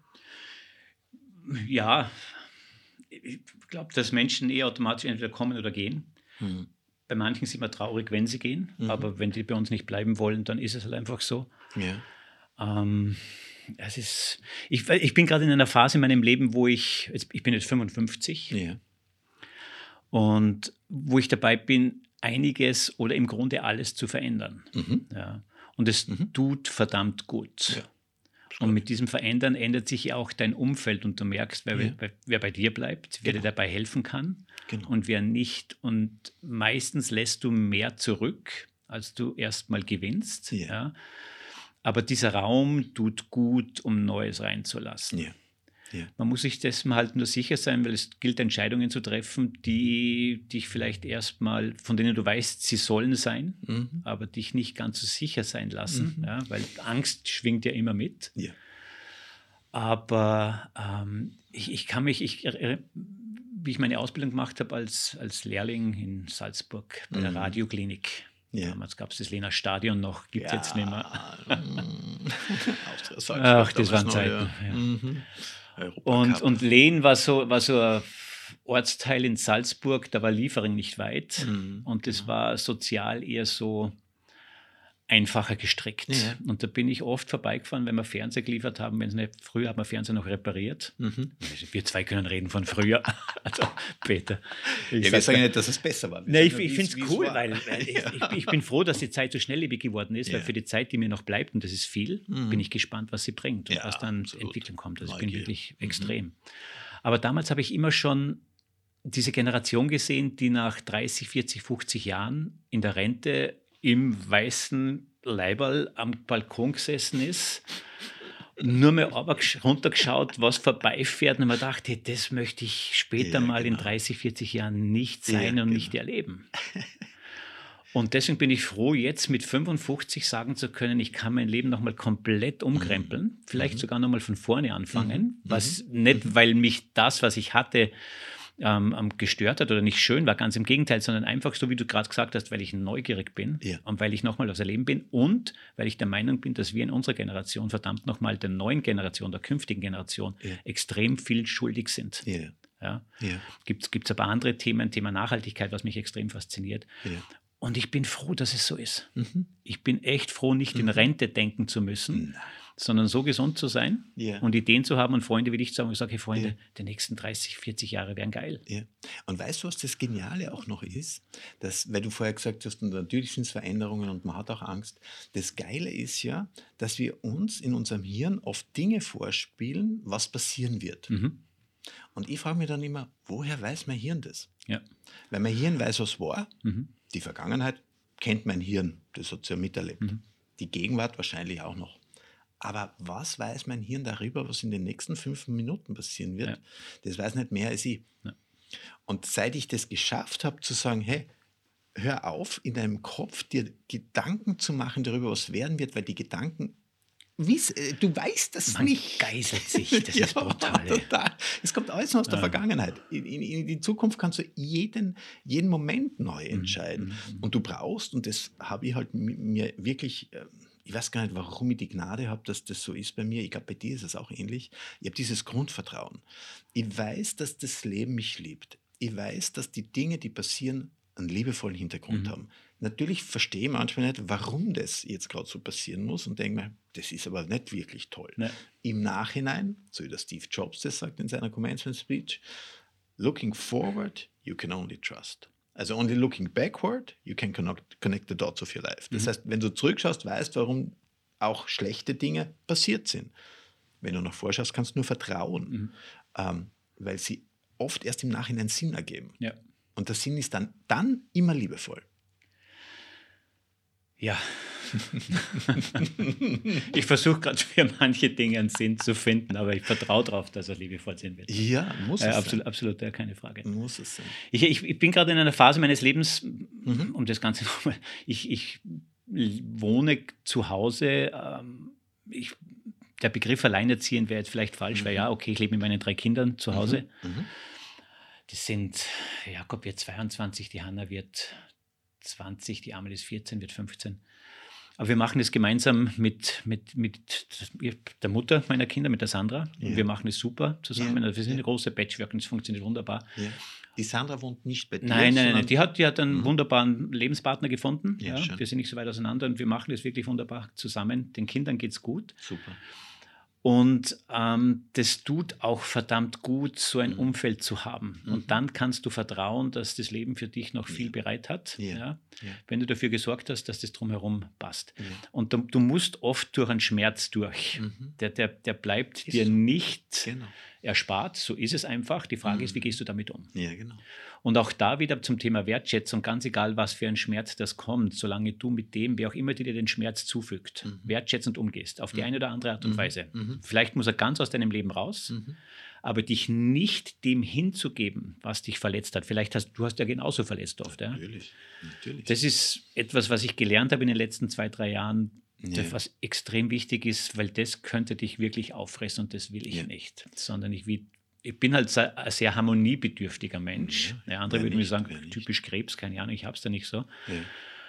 Ja, ich glaube, dass Menschen eher automatisch entweder kommen oder gehen. Mhm. Bei manchen sind wir traurig, wenn sie gehen, mhm. aber wenn die bei uns nicht bleiben wollen, dann ist es halt einfach so. Ja. Ähm, es ist, ich, ich bin gerade in einer Phase in meinem Leben, wo ich, jetzt, ich bin jetzt fünfundfünfzig ja. und wo ich dabei bin, einiges oder im Grunde alles zu verändern. Mhm. Ja. Und es mhm. tut verdammt gut. Ja. Und mit diesem Verändern ändert sich ja auch dein Umfeld und du merkst, wer, ja. wer, wer bei dir bleibt, wer genau. dir dabei helfen kann genau. und wer nicht. Und meistens lässt du mehr zurück, als du erstmal gewinnst. Ja. Ja. Aber dieser Raum tut gut, um Neues reinzulassen. Ja. Ja. Man muss sich dessen halt nur sicher sein, weil es gilt, Entscheidungen zu treffen, die dich vielleicht erstmal, von denen du weißt, sie sollen sein, mhm. aber dich nicht ganz so sicher sein lassen, mhm. ja, weil Angst schwingt ja immer mit. Ja. Aber ähm, ich, ich kann mich, ich, wie ich meine Ausbildung gemacht habe als, als Lehrling in Salzburg bei mhm. der Radioklinik. Ja. Damals gab es das Lena Stadion noch, gibt es ja. jetzt nicht mehr. Ach, das waren Zeiten. Ja. Ja. Mhm. Und, und Lehn war so, war so ein Ortsteil in Salzburg, da war Liefering nicht weit. Mhm. Und das war sozial eher so einfacher gestrickt. Ja. Und da bin ich oft vorbeigefahren, wenn wir Fernseher geliefert haben. Wenn es nicht, früher hat man Fernseher noch repariert. Mhm. Wir zwei können reden von früher. Also, Peter. Ich ja, wir sagen nicht, dass es besser war. Wir Nein, ich, nur, ich finde es cool, weil, weil ja. ich, ich, ich bin froh, dass die Zeit so schnelllebig geworden ist, ja. weil für die Zeit, die mir noch bleibt, und das ist viel, mhm. bin ich gespannt, was sie bringt und ja, was dann absolut. Entwicklung kommt. Also ich Neugier. bin wirklich mhm. extrem. Aber damals habe ich immer schon diese Generation gesehen, die nach dreißig, vierzig, fünfzig Jahren in der Rente im weißen Leiberl am Balkon gesessen ist, nur mal runtergeschaut, was vorbeifährt, und mir dachte, das möchte ich später ja, mal genau. in dreißig, vierzig Jahren nicht sein ja, und genau. nicht erleben. Und deswegen bin ich froh, jetzt mit fünfundfünfzig sagen zu können, ich kann mein Leben nochmal komplett umkrempeln, mhm. vielleicht mhm. sogar sogar nochmal von vorne anfangen, mhm. was mhm. nicht, weil mich das, was ich hatte, ähm, gestört hat oder nicht schön war, ganz im Gegenteil, sondern einfach so, wie du gerade gesagt hast, weil ich neugierig bin ja. und weil ich nochmal aufs Erleben bin und weil ich der Meinung bin, dass wir in unserer Generation verdammt nochmal der neuen Generation, der künftigen Generation ja. extrem viel schuldig sind. Ja. Ja. Ja. Gibt es aber andere Themen, Thema Nachhaltigkeit, was mich extrem fasziniert. Ja. Und ich bin froh, dass es so ist. Mhm. Ich bin echt froh, nicht mhm. in Rente denken zu müssen, Nein. sondern so gesund zu sein ja. und Ideen zu haben und Freunde wie dich zu haben. Ich sage, hey Freunde, ja. die nächsten dreißig, vierzig Jahre wären geil. Ja. Und weißt du, was das Geniale auch noch ist? Dass, weil du vorher gesagt hast, und natürlich sind es Veränderungen und man hat auch Angst. Das Geile ist ja, dass wir uns in unserem Hirn oft Dinge vorspielen, was passieren wird. Mhm. Und ich frage mich dann immer, woher weiß mein Hirn das? Ja. Weil mein Hirn weiß, was war. Mhm. Die Vergangenheit kennt mein Hirn, das hat es ja miterlebt. Mhm. Die Gegenwart wahrscheinlich auch noch. Aber was weiß mein Hirn darüber, was in den nächsten fünf Minuten passieren wird? Ja. Das weiß nicht mehr als ich. Ja. Und seit ich das geschafft habe, zu sagen, hey, hör auf, in deinem Kopf dir Gedanken zu machen darüber, was werden wird, weil die Gedanken, wiss, du weißt das Man nicht. geißelt sich, das ja, ist brutal. Total. Es kommt alles noch aus der Ja. Vergangenheit. In, in, in die Zukunft kannst du jeden, jeden Moment neu entscheiden. Mhm. Und du brauchst, und das habe ich halt mir wirklich, ich weiß gar nicht, warum ich die Gnade habe, dass das so ist bei mir. Ich glaube, bei dir ist es auch ähnlich. Ich habe dieses Grundvertrauen. Ich weiß, dass das Leben mich liebt. Ich weiß, dass die Dinge, die passieren, einen liebevollen Hintergrund Mhm. haben. Natürlich verstehe ich manchmal nicht, warum das jetzt gerade so passieren muss und denke mir, das ist aber nicht wirklich toll. Nee. Im Nachhinein, so wie der Steve Jobs das sagt in seiner Commencement Speech, looking forward, you can only trust. Also only looking backward, you can connect, connect the dots of your life. Das Mhm. heißt, wenn du zurückschaust, weißt, warum auch schlechte Dinge passiert sind. Wenn du nach vorschaust, kannst du nur vertrauen, mhm. ähm, weil sie oft erst im Nachhinein Sinn ergeben. Ja. Und der Sinn ist dann, dann immer liebevoll. Ja. Ich versuche gerade für manche Dinge einen Sinn zu finden, aber ich vertraue darauf, dass er liebevoll sein wird. Ja, muss es äh, absolut, sein. Absolut, ja, keine Frage. Muss es sein. Ich, ich, ich bin gerade in einer Phase meines Lebens, mhm. um das Ganze nochmal, ich, ich wohne zu Hause, ähm, ich, der Begriff alleinerziehend wäre jetzt vielleicht falsch, mhm. weil ja, okay, ich lebe mit meinen drei Kindern zu Hause. Mhm. Mhm. Die sind, Jakob wird zweiundzwanzig, die Hanna wird zwanzig, die Amelie ist vierzehn, wird fünfzehn. Aber wir machen es gemeinsam mit, mit, mit der Mutter meiner Kinder, mit der Sandra. Ja. Und wir machen es super zusammen. Ja. Also wir sind ja. eine große Patchwork und es funktioniert wunderbar. Ja. Die Sandra wohnt nicht bei dir? Nein, nein, nein. Die hat, die hat einen mhm. wunderbaren Lebenspartner gefunden. Ja, ja. Wir sind nicht so weit auseinander und wir machen es wirklich wunderbar zusammen. Den Kindern geht es gut. Super. Und ähm, das tut auch verdammt gut, so ein mhm. Umfeld zu haben. Mhm. Und dann kannst du vertrauen, dass das Leben für dich noch viel ja. bereit hat, ja. Ja? Ja. wenn du dafür gesorgt hast, dass das drumherum passt. Ja. Und du, du musst oft durch einen Schmerz durch. Mhm. Der, der, der bleibt ist dir so. nicht genau. erspart, so ist es einfach. Die Frage mhm. ist, wie gehst du damit um? Ja, genau. Und auch da wieder zum Thema Wertschätzung, ganz egal, was für ein Schmerz das kommt, solange du mit dem, wer auch immer dir den Schmerz zufügt, mhm. wertschätzend umgehst, auf die mhm. eine oder andere Art und mhm. Weise. Mhm. Vielleicht muss er ganz aus deinem Leben raus, mhm. aber dich nicht dem hinzugeben, was dich verletzt hat. Vielleicht hast du hast ja genauso verletzt oft. Natürlich, ja? Natürlich. Das ist etwas, was ich gelernt habe in den letzten zwei, drei Jahren, ja. was extrem wichtig ist, weil das könnte dich wirklich auffressen und das will ich ja. nicht, sondern ich will Ich bin halt ein sehr harmoniebedürftiger Mensch. Ja, andere würden mir sagen, typisch Krebs, keine Ahnung, ich habe es da nicht so. Ja.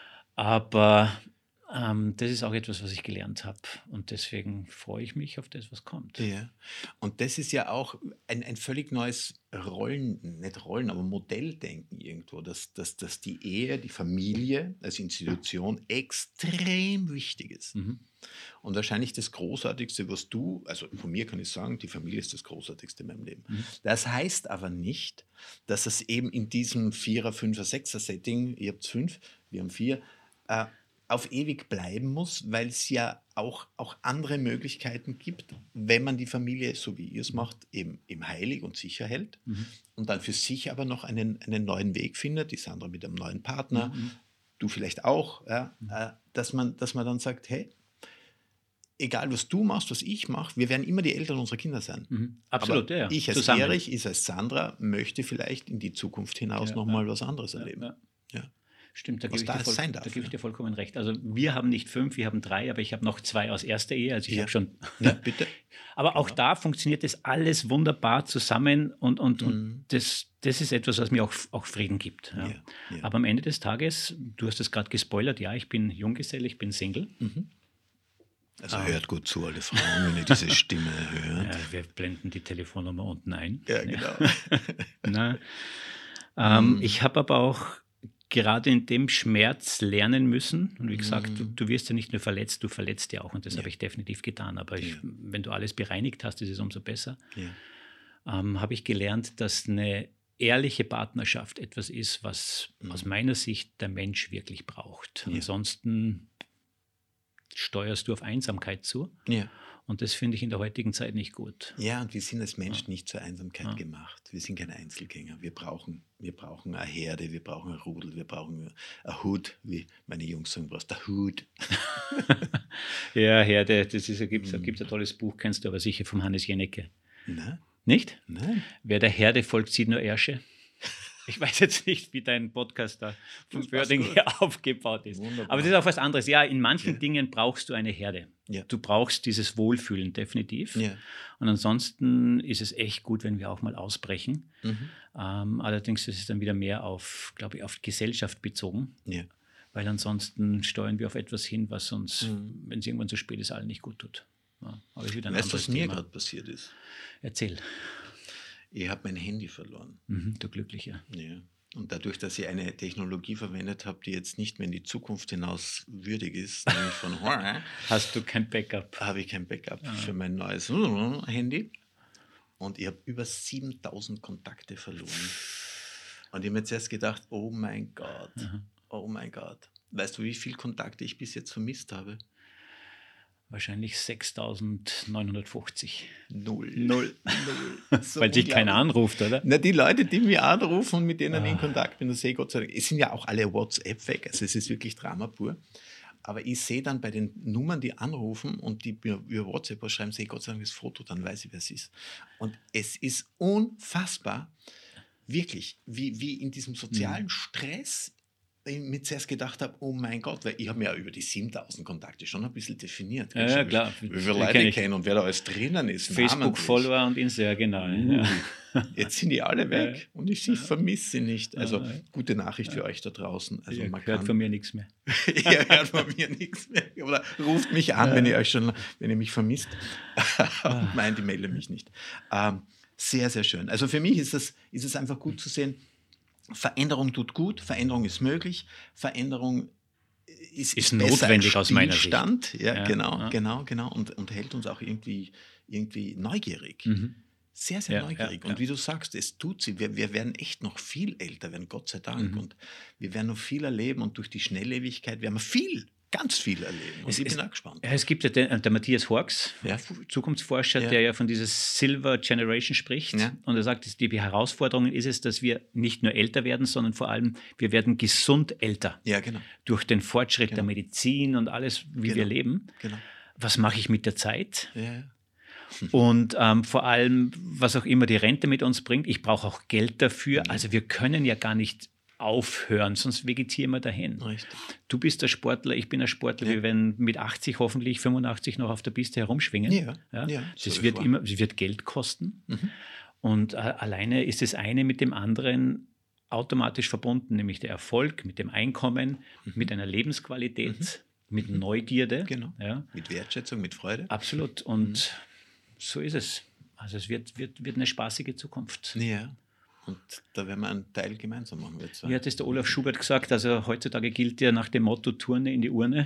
Aber ähm, das ist auch etwas, was ich gelernt habe. Und deswegen freue ich mich auf das, was kommt. Ja. Und das ist ja auch ein, ein völlig neues Rollen, nicht Rollen, aber Modelldenken irgendwo, dass, dass, dass die Ehe, die Familie als Institution extrem wichtig ist. Mhm. Und wahrscheinlich das Großartigste, was du, also von mir kann ich sagen, die Familie ist das Großartigste in meinem Leben. Mhm. Das heißt aber nicht, dass es eben in diesem Vierer-, Fünfer-, Sechser-Setting, ihr habt fünf, wir haben vier, äh, auf ewig bleiben muss, weil es ja auch, auch andere Möglichkeiten gibt, wenn man die Familie, so wie ihr es macht, eben, eben heilig und sicher hält mhm. und dann für sich aber noch einen, einen neuen Weg findet, die Sandra mit einem neuen Partner, mhm. du vielleicht auch, ja, mhm. äh, dass man, dass man dann sagt, hey, egal was du machst, was ich mache, wir werden immer die Eltern unserer Kinder sein. Mhm. Absolut, aber ja. Ich als Zusammen. Erich, ich als Sandra möchte vielleicht in die Zukunft hinaus ja, nochmal ja. was anderes ja, erleben. Ja. Ja. Stimmt, da was gebe da ich, dir voll, sein darf, da gebe ich ja. dir vollkommen recht. Also wir haben nicht fünf, wir haben drei, aber ich habe noch zwei aus erster Ehe. Also ich ja. habe schon. Ja, bitte. Aber genau. auch da funktioniert das alles wunderbar zusammen und, und, mhm. und das, das ist etwas, was mir auch, auch Frieden gibt. Ja. Ja, ja. Aber am Ende des Tages, du hast es gerade gespoilert, ja, ich bin Junggeselle, ich bin Single. Mhm. Also ah. hört gut zu, alle Frauen, wenn ihr diese Stimme hört. Ja, wir blenden die Telefonnummer unten ein. Ja, genau. Na, ähm, mhm. Ich habe aber auch gerade in dem Schmerz lernen müssen. Und wie gesagt, mhm. du, du wirst ja nicht nur verletzt, du verletzt ja auch. Und das ja. habe ich definitiv getan. Aber ich, ja. wenn du alles bereinigt hast, ist es umso besser. Ja. Ähm, habe ich gelernt, dass eine ehrliche Partnerschaft etwas ist, was mhm. aus meiner Sicht der Mensch wirklich braucht. Ja. Ansonsten steuerst du auf Einsamkeit zu. Ja. Und das finde ich in der heutigen Zeit nicht gut. Ja, und wir sind als Mensch ja. nicht zur Einsamkeit ja. gemacht. Wir sind keine Einzelgänger. Wir brauchen, wir brauchen eine Herde, wir brauchen ein Rudel, wir brauchen ein Hut, wie meine Jungs sagen, brauchst der Hut. Ja, Herde, das ist, da gibt es ein tolles Buch, kennst du aber sicher, vom Hannes Jennecke. Nein. Nicht? Nein. Wer der Herde folgt, sieht nur Ärsche. Ich weiß jetzt nicht, wie dein Podcast da vom Wording her aufgebaut ist. Wunderbar. Aber das ist auch was anderes. Ja, in manchen ja. Dingen brauchst du eine Herde. Ja. Du brauchst dieses Wohlfühlen definitiv. Ja. Und ansonsten ist es echt gut, wenn wir auch mal ausbrechen. Mhm. Ähm, allerdings ist es dann wieder mehr auf, glaube ich, auf Gesellschaft bezogen. Ja. Weil ansonsten steuern wir auf etwas hin, was uns, mhm. wenn es irgendwann zu spät ist, allen nicht gut tut. Ja, aber ist wieder ein weißt du, was Thema. mir gerade passiert ist? Erzähl. Ich habe mein Handy verloren. Mhm, du Glücklicher. Ja. Und dadurch, dass ich eine Technologie verwendet habe, die jetzt nicht mehr in die Zukunft hinaus würdig ist, nämlich von hast du kein Backup? Habe ich kein Backup ah. für mein neues Handy. Und ich habe über siebentausend Kontakte verloren. Und ich habe mir zuerst gedacht, oh mein Gott, Aha. oh mein Gott. Weißt du, wie viele Kontakte ich bis jetzt vermisst habe? Wahrscheinlich sechstausendneunhundertfünfzig. Null. Null. Null. So weil dich keiner anruft, oder? Na, die Leute, die mich anrufen und mit denen ah. in Kontakt bin, das sehe ich Gott sei Dank, es sind ja auch alle WhatsApp weg, also es ist wirklich Drama pur. Aber ich sehe dann bei den Nummern, die anrufen und die mir über WhatsApp was schreiben, sehe ich Gott sei Dank das Foto, dann weiß ich, wer es ist. Und es ist unfassbar, wirklich, wie, wie in diesem sozialen mhm. Stress ich mir zuerst gedacht habe, oh mein Gott, weil ich habe mir ja über die siebentausend Kontakte schon ein bisschen definiert. Ja, ja klar. Wie viele Leute ich kenne und wer da alles drinnen ist. Facebook-Follower und Insta, ja genau. Uh, ja. Jetzt sind die alle weg ja. und ich, ich vermisse sie nicht. Also ja, ja. gute Nachricht ja. für euch da draußen. Also ihr man hört kann, von mir nichts mehr. Ihr hört von mir nichts mehr. Oder ruft mich an, ja. wenn ihr euch schon, wenn ihr mich vermisst. und meint, ich melde mich nicht. Ähm, sehr, sehr schön. Also für mich ist es, ist es einfach gut zu sehen, Veränderung tut gut, Veränderung ist möglich, Veränderung ist, ist notwendig aus meiner Sicht. Ja, ja, genau, ja. genau, genau und, und hält uns auch irgendwie, irgendwie neugierig. Mhm. Sehr, sehr ja, neugierig. Ja, und ja. wie du sagst, es tut sie. Wir, wir werden echt noch viel älter werden, Gott sei Dank. Mhm. Und wir werden noch viel erleben und durch die Schnelllebigkeit werden wir viel ganz viel erleben. Und es, ich bin es, auch gespannt. Es gibt ja den, der Matthias Horks, ja. Zukunftsforscher, ja. der ja von dieser Silver Generation spricht. Ja. Und er sagt, die Herausforderung ist es, dass wir nicht nur älter werden, sondern vor allem, wir werden gesund älter. Ja, genau. Durch den Fortschritt genau. der Medizin und alles, wie genau. wir leben. Genau. Was mache ich mit der Zeit? Ja. Und ähm, vor allem, was auch immer die Rente mit uns bringt, ich brauche auch Geld dafür. Mhm. Also wir können ja gar nicht aufhören, sonst vegetieren wir dahin. Richtig. Du bist der Sportler, ich bin ein Sportler, ja. wir werden mit achtzig, hoffentlich fünfundachtzig noch auf der Piste herumschwingen. Ja. Ja? Ja, das so wird immer, das wird Geld kosten. Mhm. Und äh, alleine ist das eine mit dem anderen automatisch verbunden, nämlich der Erfolg mit dem Einkommen, mhm. mit einer Lebensqualität, mhm. mit mhm. Neugierde. Genau. Ja? Mit Wertschätzung, mit Freude. Absolut. Und mhm. so ist es. Also es wird, wird, wird eine spaßige Zukunft. Ja. Und da werden wir einen Teil gemeinsam machen. Wie hat es der Olaf Schubert gesagt? Also heutzutage gilt ja nach dem Motto Turne in die Urne.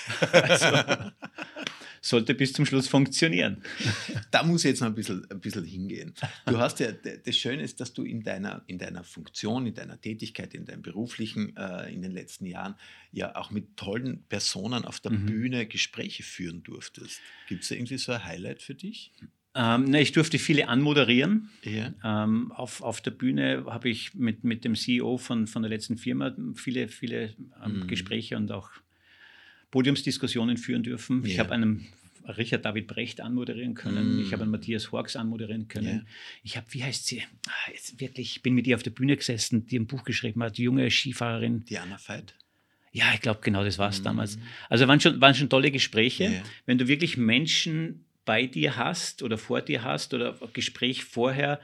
Also, sollte bis zum Schluss funktionieren. Da muss ich jetzt noch ein bisschen, ein bisschen hingehen. Du hast ja, das Schöne ist, dass du in deiner, in deiner Funktion, in deiner Tätigkeit, in deinem beruflichen, äh, in den letzten Jahren ja auch mit tollen Personen auf der mhm. Bühne Gespräche führen durftest. Gibt es da irgendwie so ein Highlight für dich? Ähm, ne, ich durfte viele anmoderieren. Ja. Ähm, auf, auf der Bühne habe ich mit, mit dem C E O von, von der letzten Firma viele, viele ähm, mhm. Gespräche und auch Podiumsdiskussionen führen dürfen. Ja. Ich habe einen Richard David Brecht anmoderieren können. Mhm. Ich habe einen Matthias Horks anmoderieren können. Ja. Ich habe, wie heißt sie? Ah, jetzt wirklich, ich bin mit ihr auf der Bühne gesessen, die ein Buch geschrieben hat, die junge Skifahrerin. Die Anna Veit. Ja, ich glaube, genau, das war es mhm. damals. Also waren schon, waren schon tolle Gespräche. Ja. Wenn du wirklich Menschen bei dir hast oder vor dir hast oder ein Gespräch vorher,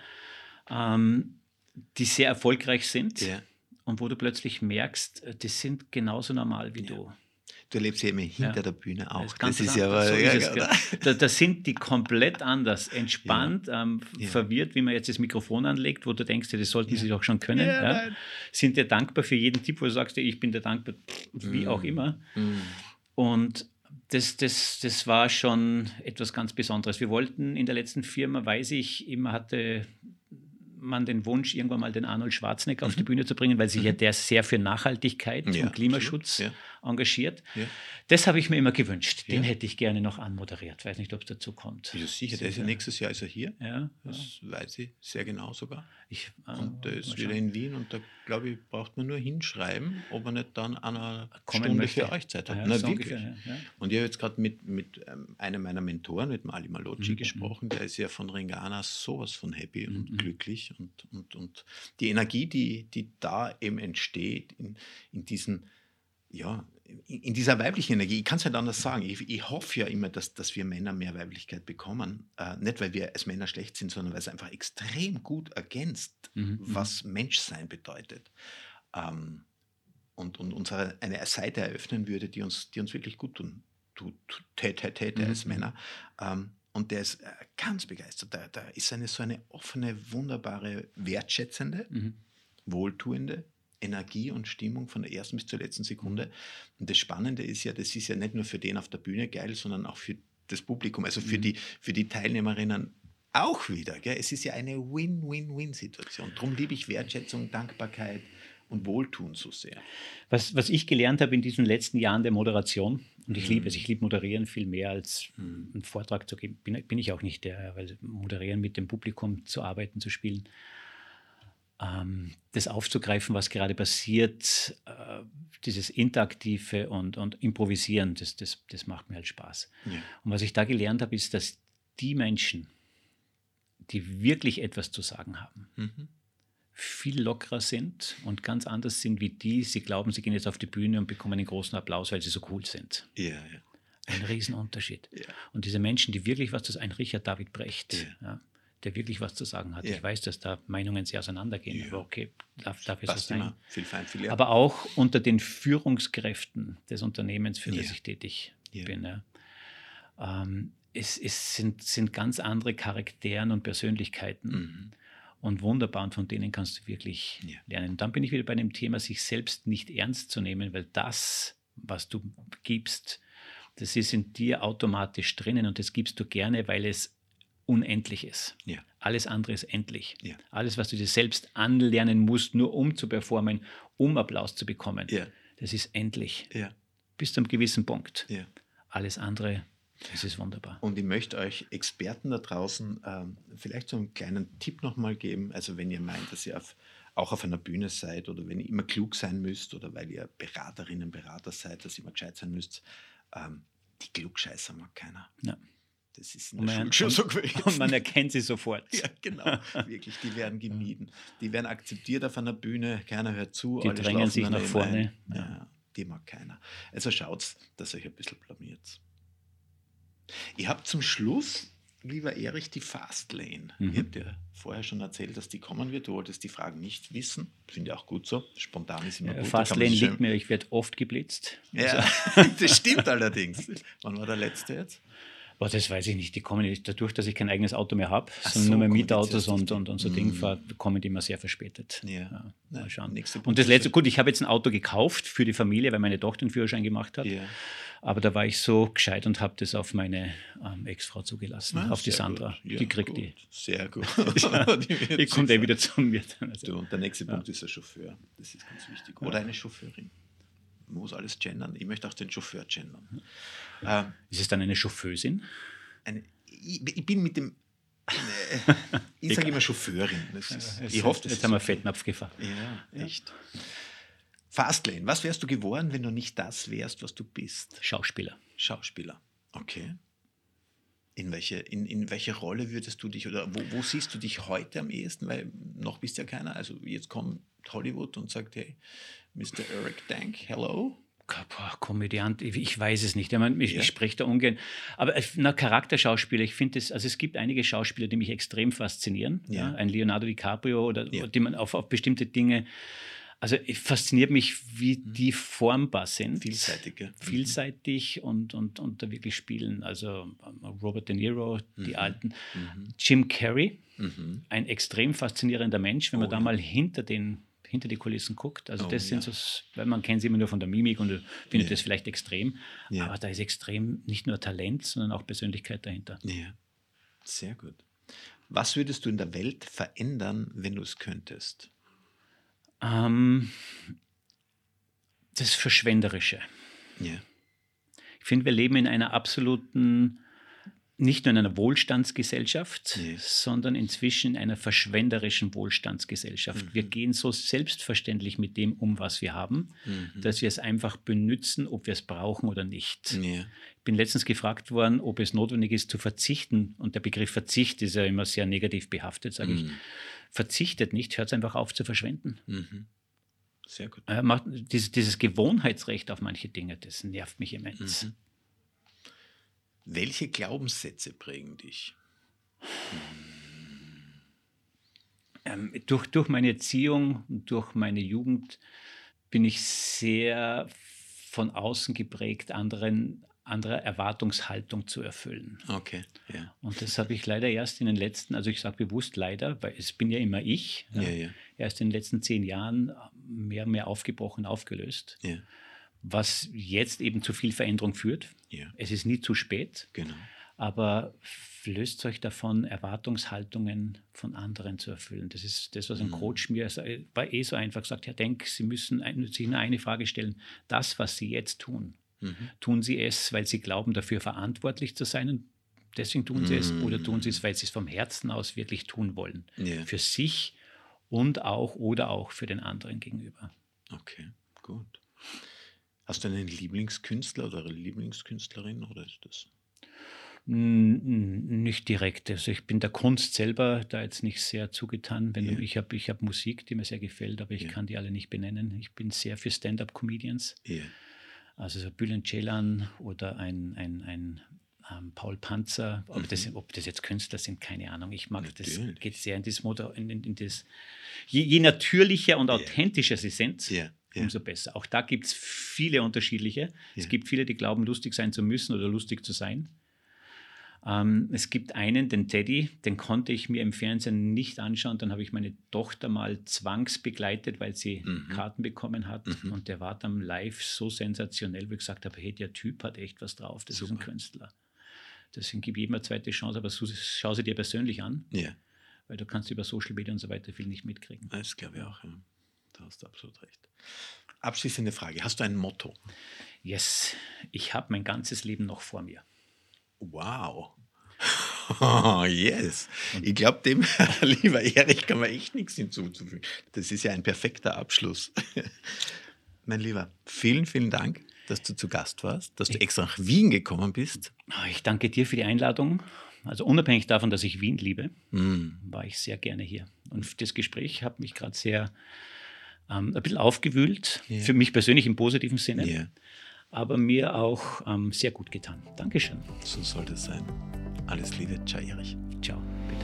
ähm, die sehr erfolgreich sind ja. und wo du plötzlich merkst, die sind genauso normal wie ja. du. Du erlebst ja immer hinter ja. der Bühne auch. Das ist, ganz das ist ja aber, so ja, ist es, da, da sind die komplett anders, entspannt, ja. ähm, ja. verwirrt, wie man jetzt das Mikrofon anlegt, wo du denkst, das sollten ja. sie doch schon können. Ja, ja. Sind dir dankbar für jeden Tipp, wo du sagst, ich bin dir dankbar, wie mm. auch immer. Mm. Und Das, das, das war schon etwas ganz Besonderes. Wir wollten in der letzten Firma, weiß ich, immer hatte man den Wunsch, irgendwann mal den Arnold Schwarzenegger mhm. auf die Bühne zu bringen, weil sich mhm. ja der sehr für Nachhaltigkeit ja, und Klimaschutz ja. engagiert. Ja. Das habe ich mir immer gewünscht. Den ja. hätte ich gerne noch anmoderiert. Weiß nicht, ob es dazu kommt. Ja, sicher, der ist ja nächstes Jahr ist er hier. Ja, das ja. weiß ich sehr genau sogar. Ich, äh, und der ist wieder in Wien und da, glaube ich, braucht man nur hinschreiben, ob er nicht dann eine Kommen Stunde möchte. für euch Zeit hat. Ja, Na, so wirklich. ungefähr, ja. Und ich habe jetzt gerade mit, mit ähm, einem meiner Mentoren, mit dem Ali Malocci, mhm. gesprochen. Der ist ja von Ringana sowas von happy mhm. und glücklich. Und, und, und die Energie, die, die da eben entsteht, in, in diesen, ja, in, in dieser weiblichen Energie, ich kann es nicht anders sagen. Ich, ich hoffe ja immer, dass, dass wir Männer mehr Weiblichkeit bekommen. Äh, nicht, weil wir als Männer schlecht sind, sondern weil es einfach extrem gut ergänzt, mhm. was Menschsein bedeutet. Ähm, und, und uns eine Seite eröffnen würde, die uns, die uns wirklich gut tun tut, täte, täte mhm. als Männer. Ähm, und der ist äh, ganz begeistert. Da, da ist eine so eine offene, wunderbare, wertschätzende, mhm. wohltuende Energie und Stimmung von der ersten bis zur letzten Sekunde. Und das Spannende ist ja, das ist ja nicht nur für den auf der Bühne geil, sondern auch für das Publikum, also für, mhm. die, für die Teilnehmerinnen auch wieder. Gell? Es ist ja eine Win-Win-Win-Situation. Darum liebe ich Wertschätzung, Dankbarkeit und wohltun so sehr? Was, was ich gelernt habe in diesen letzten Jahren der Moderation, und ich mhm. liebe es, ich liebe Moderieren viel mehr als mhm. einen Vortrag zu geben, bin, bin ich auch nicht der, weil Moderieren mit dem Publikum zu arbeiten, zu spielen, ähm, das aufzugreifen, was gerade passiert, äh, dieses Interaktive und, und Improvisieren, das, das, das macht mir halt Spaß. Ja. Und was ich da gelernt habe, ist, dass die Menschen, die wirklich etwas zu sagen haben, mhm. viel lockerer sind und ganz anders sind wie die, sie glauben, sie gehen jetzt auf die Bühne und bekommen einen großen Applaus, weil sie so cool sind. Ja, ja. Ein Riesenunterschied. Ja. Und diese Menschen, die wirklich was zu sagen, ein Richard David Brecht, ja. Ja, der wirklich was zu sagen hat. Ja. Ich weiß, dass da Meinungen sehr auseinandergehen, ja. aber okay, darf, darf es so sein. Viel fein, viel aber auch unter den Führungskräften des Unternehmens, für ja. das ich tätig ja. bin. Ja. Ähm, es, es sind, sind ganz andere Charakteren und Persönlichkeiten. Mhm. Und wunderbar, und von denen kannst du wirklich ja. lernen. Und dann bin ich wieder bei dem Thema, sich selbst nicht ernst zu nehmen, weil das, was du gibst, das ist in dir automatisch drinnen und das gibst du gerne, weil es unendlich ist. Ja. Alles andere ist endlich. Ja. Alles, was du dir selbst anlernen musst, nur um zu performen, um Applaus zu bekommen, ja. das ist endlich. Ja. Bis zu einem gewissen Punkt. Ja. Alles andere, das ist wunderbar. Und ich möchte euch Experten da draußen ähm, vielleicht so einen kleinen Tipp nochmal geben. Also wenn ihr meint, dass ihr auf, auch auf einer Bühne seid oder wenn ihr immer klug sein müsst oder weil ihr Beraterinnen, Berater seid, dass ihr immer gescheit sein müsst, ähm, die Klugscheißer mag keiner. Ja. Das ist in der Schule schon so gewesen. Und man erkennt sie sofort. Ja, genau. Wirklich, die werden gemieden. Die werden akzeptiert auf einer Bühne, keiner hört zu. Die alle drängen sich nach vorne. Ja. Ja, die mag keiner. Also schaut, dass ihr euch ein bisschen blamiert. Ich habe zum Schluss, lieber Erich, die Fastlane. Mhm. Ich habe dir vorher schon erzählt, dass die kommen wird. Du wolltest die Fragen nicht wissen. Finde ich auch gut so. Spontan ist immer ja, gut. Fastlane liegt mir, ich werde oft geblitzt. Ja, das stimmt allerdings. Wann war der letzte jetzt? Boah, das weiß ich nicht. Die kommen nicht dadurch, dass ich kein eigenes Auto mehr habe, sondern so, nur mehr Mietautos und, und, und so mm. Dinge fahre, kommen die immer sehr verspätet. Ja. Ja, mal schauen. Ja, und das letzte, gut, ich habe jetzt ein Auto gekauft für die Familie, weil meine Tochter einen Führerschein gemacht hat. Ja. Aber da war ich so gescheit und habe das auf meine ähm, Ex-Frau zugelassen, ah, auf die Sandra. Ja, die kriegt gut. die. Sehr gut. Ja, die, die kommt eh wieder zu mir. Also, du, und der nächste Punkt ja. ist der Chauffeur. Das ist ganz wichtig. Oder eine Chauffeurin. Man muss alles gendern. Ich möchte auch den Chauffeur gendern. Ähm, ist es dann eine Chauffeusin? Eine, ich, ich bin mit dem, eine, ich sage immer Chauffeurin. Das ist, ja, ich hoffe, das jetzt ist haben wir Fettnapf gefahren. Ja, echt. Ja. Fastlane, was wärst du geworden, wenn du nicht das wärst, was du bist? Schauspieler. Schauspieler, okay. In welche, in, in welche Rolle würdest du dich, oder wo, wo siehst du dich heute am ehesten? Weil noch bist ja keiner, also jetzt kommt Hollywood und sagt, hey, Mister Eric Dank, hello. Boah, Komödiant, ich weiß es nicht. Ich, meine, ich, ja. ich spreche da ungern. Aber na, Charakterschauspieler, ich finde es, also es gibt einige Schauspieler, die mich extrem faszinieren. Ja. Ja, ein Leonardo DiCaprio oder, ja. oder die man auf, auf bestimmte Dinge, also es fasziniert mich, wie mhm. die formbar sind. Vielseitig, ja. Vielseitig mhm. und, und, und da wirklich spielen. Also Robert De Niro, mhm. die Alten. Mhm. Jim Carrey, mhm. ein extrem faszinierender Mensch, wenn man oh, da ja. mal hinter den hinter die Kulissen guckt. Also oh, das sind ja. so, weil man kennt sie immer nur von der Mimik und findet ja. das vielleicht extrem. Ja. Aber da ist extrem nicht nur Talent, sondern auch Persönlichkeit dahinter. Ja, sehr gut. Was würdest du in der Welt verändern, wenn du es könntest? Ähm, das Verschwenderische. Ja. Ich finde, wir leben in einer absoluten, nicht nur in einer Wohlstandsgesellschaft, nee. sondern inzwischen in einer verschwenderischen Wohlstandsgesellschaft. Mhm. Wir gehen so selbstverständlich mit dem um, was wir haben, mhm. dass wir es einfach benützen, ob wir es brauchen oder nicht. Ja. Ich bin letztens gefragt worden, ob es notwendig ist, zu verzichten. Und der Begriff Verzicht ist ja immer sehr negativ behaftet, sage mhm. ich. Verzichtet nicht, hört es einfach auf zu verschwenden. Mhm. Sehr gut. Äh, macht, dieses, dieses Gewohnheitsrecht auf manche Dinge, das nervt mich immens. Mhm. Welche Glaubenssätze prägen dich? Ähm, durch, durch meine Erziehung und durch meine Jugend bin ich sehr von außen geprägt, anderen, anderer Erwartungshaltung zu erfüllen. Okay, ja. Und das habe ich leider erst in den letzten, also ich sage bewusst leider, weil es bin ja immer ich, ja, ja. erst in den letzten zehn Jahren mehr und mehr aufgebrochen, aufgelöst. Ja. Was jetzt eben zu viel Veränderung führt. Ja. Es ist nie zu spät. Genau. aber löst euch davon, Erwartungshaltungen von anderen zu erfüllen. Das ist das, was ein Coach mir war eh so einfach gesagt, ja, denk, Sie müssen ein, sich nur eine Frage stellen, das, was Sie jetzt tun, mhm. tun Sie es, weil Sie glauben, dafür verantwortlich zu sein und deswegen tun Sie mhm. es, oder tun Sie es, weil Sie es vom Herzen aus wirklich tun wollen, yeah. für sich und auch oder auch für den anderen gegenüber. Okay, gut. Hast du einen Lieblingskünstler oder eine Lieblingskünstlerin, oder ist das? Nicht direkt. Also ich bin der Kunst selber da jetzt nicht sehr zugetan. Wenn yeah. du, ich habe ich hab Musik, die mir sehr gefällt, aber ich yeah. kann die alle nicht benennen. Ich bin sehr für Stand-up-Comedians. Yeah. Also so Bülent Ceylan oder ein, ein, ein ähm, Paul Panzer. Ob, mhm. das, ob das jetzt Künstler sind, keine Ahnung. Ich mag Natürlich. das, geht sehr in das Mode, in, in, in das. Je, je natürlicher und yeah. authentischer sie sind, yeah. Yeah. umso besser. Auch da gibt es viele unterschiedliche. Yeah. Es gibt viele, die glauben, lustig sein zu müssen oder lustig zu sein. Ähm, es gibt einen, den Teddy, den konnte ich mir im Fernsehen nicht anschauen. Dann habe ich meine Tochter mal zwangsbegleitet, weil sie mhm. Karten bekommen hat. Mhm. Und der war dann live so sensationell, wie ich gesagt habe, hey, der Typ hat echt was drauf. Das Super. Ist ein Künstler. Deswegen gib jedem eine zweite Chance, aber schau sie dir persönlich an. Ja. Weil du kannst über Social Media und so weiter viel nicht mitkriegen. Das glaube ich auch, ja. Da hast du absolut recht. Abschließende Frage. Hast du ein Motto? Yes. Ich habe mein ganzes Leben noch vor mir. Wow. Oh, yes. Ich glaube, dem, lieber Erich, kann man echt nichts hinzuzufügen. Das ist ja ein perfekter Abschluss. Mein Lieber, vielen, vielen Dank, dass du zu Gast warst, dass du ich, extra nach Wien gekommen bist. Ich danke dir für die Einladung. Also unabhängig davon, dass ich Wien liebe, mm. war ich sehr gerne hier. Und das Gespräch hat mich gerade sehr ähm, ein bisschen aufgewühlt, yeah. für mich persönlich im positiven Sinne. Yeah. Aber mir auch ähm, sehr gut getan. Dankeschön. So soll das sein. Alles Liebe. Ciao, Erich. Ciao, bitte.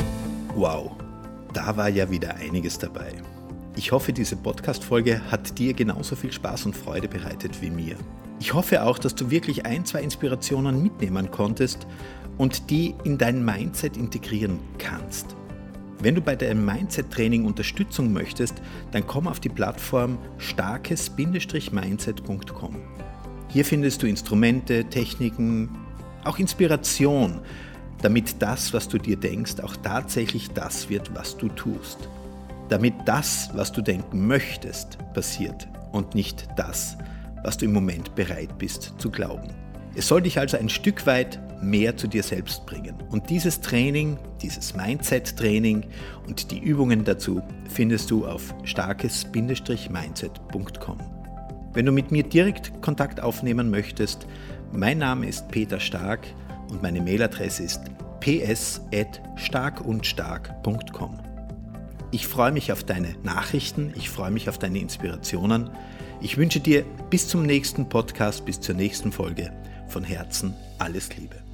Wow, da war ja wieder einiges dabei. Ich hoffe, diese Podcast-Folge hat dir genauso viel Spaß und Freude bereitet wie mir. Ich hoffe auch, dass du wirklich ein, zwei Inspirationen mitnehmen konntest und die in dein Mindset integrieren kannst. Wenn du bei deinem Mindset-Training Unterstützung möchtest, dann komm auf die Plattform starkes Mindset punkt com. Hier findest du Instrumente, Techniken, auch Inspiration, damit das, was du dir denkst, auch tatsächlich das wird, was du tust. Damit das, was du denken möchtest, passiert und nicht das, was du im Moment bereit bist zu glauben. Es soll dich also ein Stück weit mehr zu dir selbst bringen. Und dieses Training, dieses Mindset-Training und die Übungen dazu findest du auf starkes Mindset punkt com. Wenn du mit mir direkt Kontakt aufnehmen möchtest, mein Name ist Peter Stark und meine Mailadresse ist p s at stark und stark punkt com. Ich freue mich auf deine Nachrichten, ich freue mich auf deine Inspirationen. Ich wünsche dir bis zum nächsten Podcast, bis zur nächsten Folge von Herzen alles Liebe.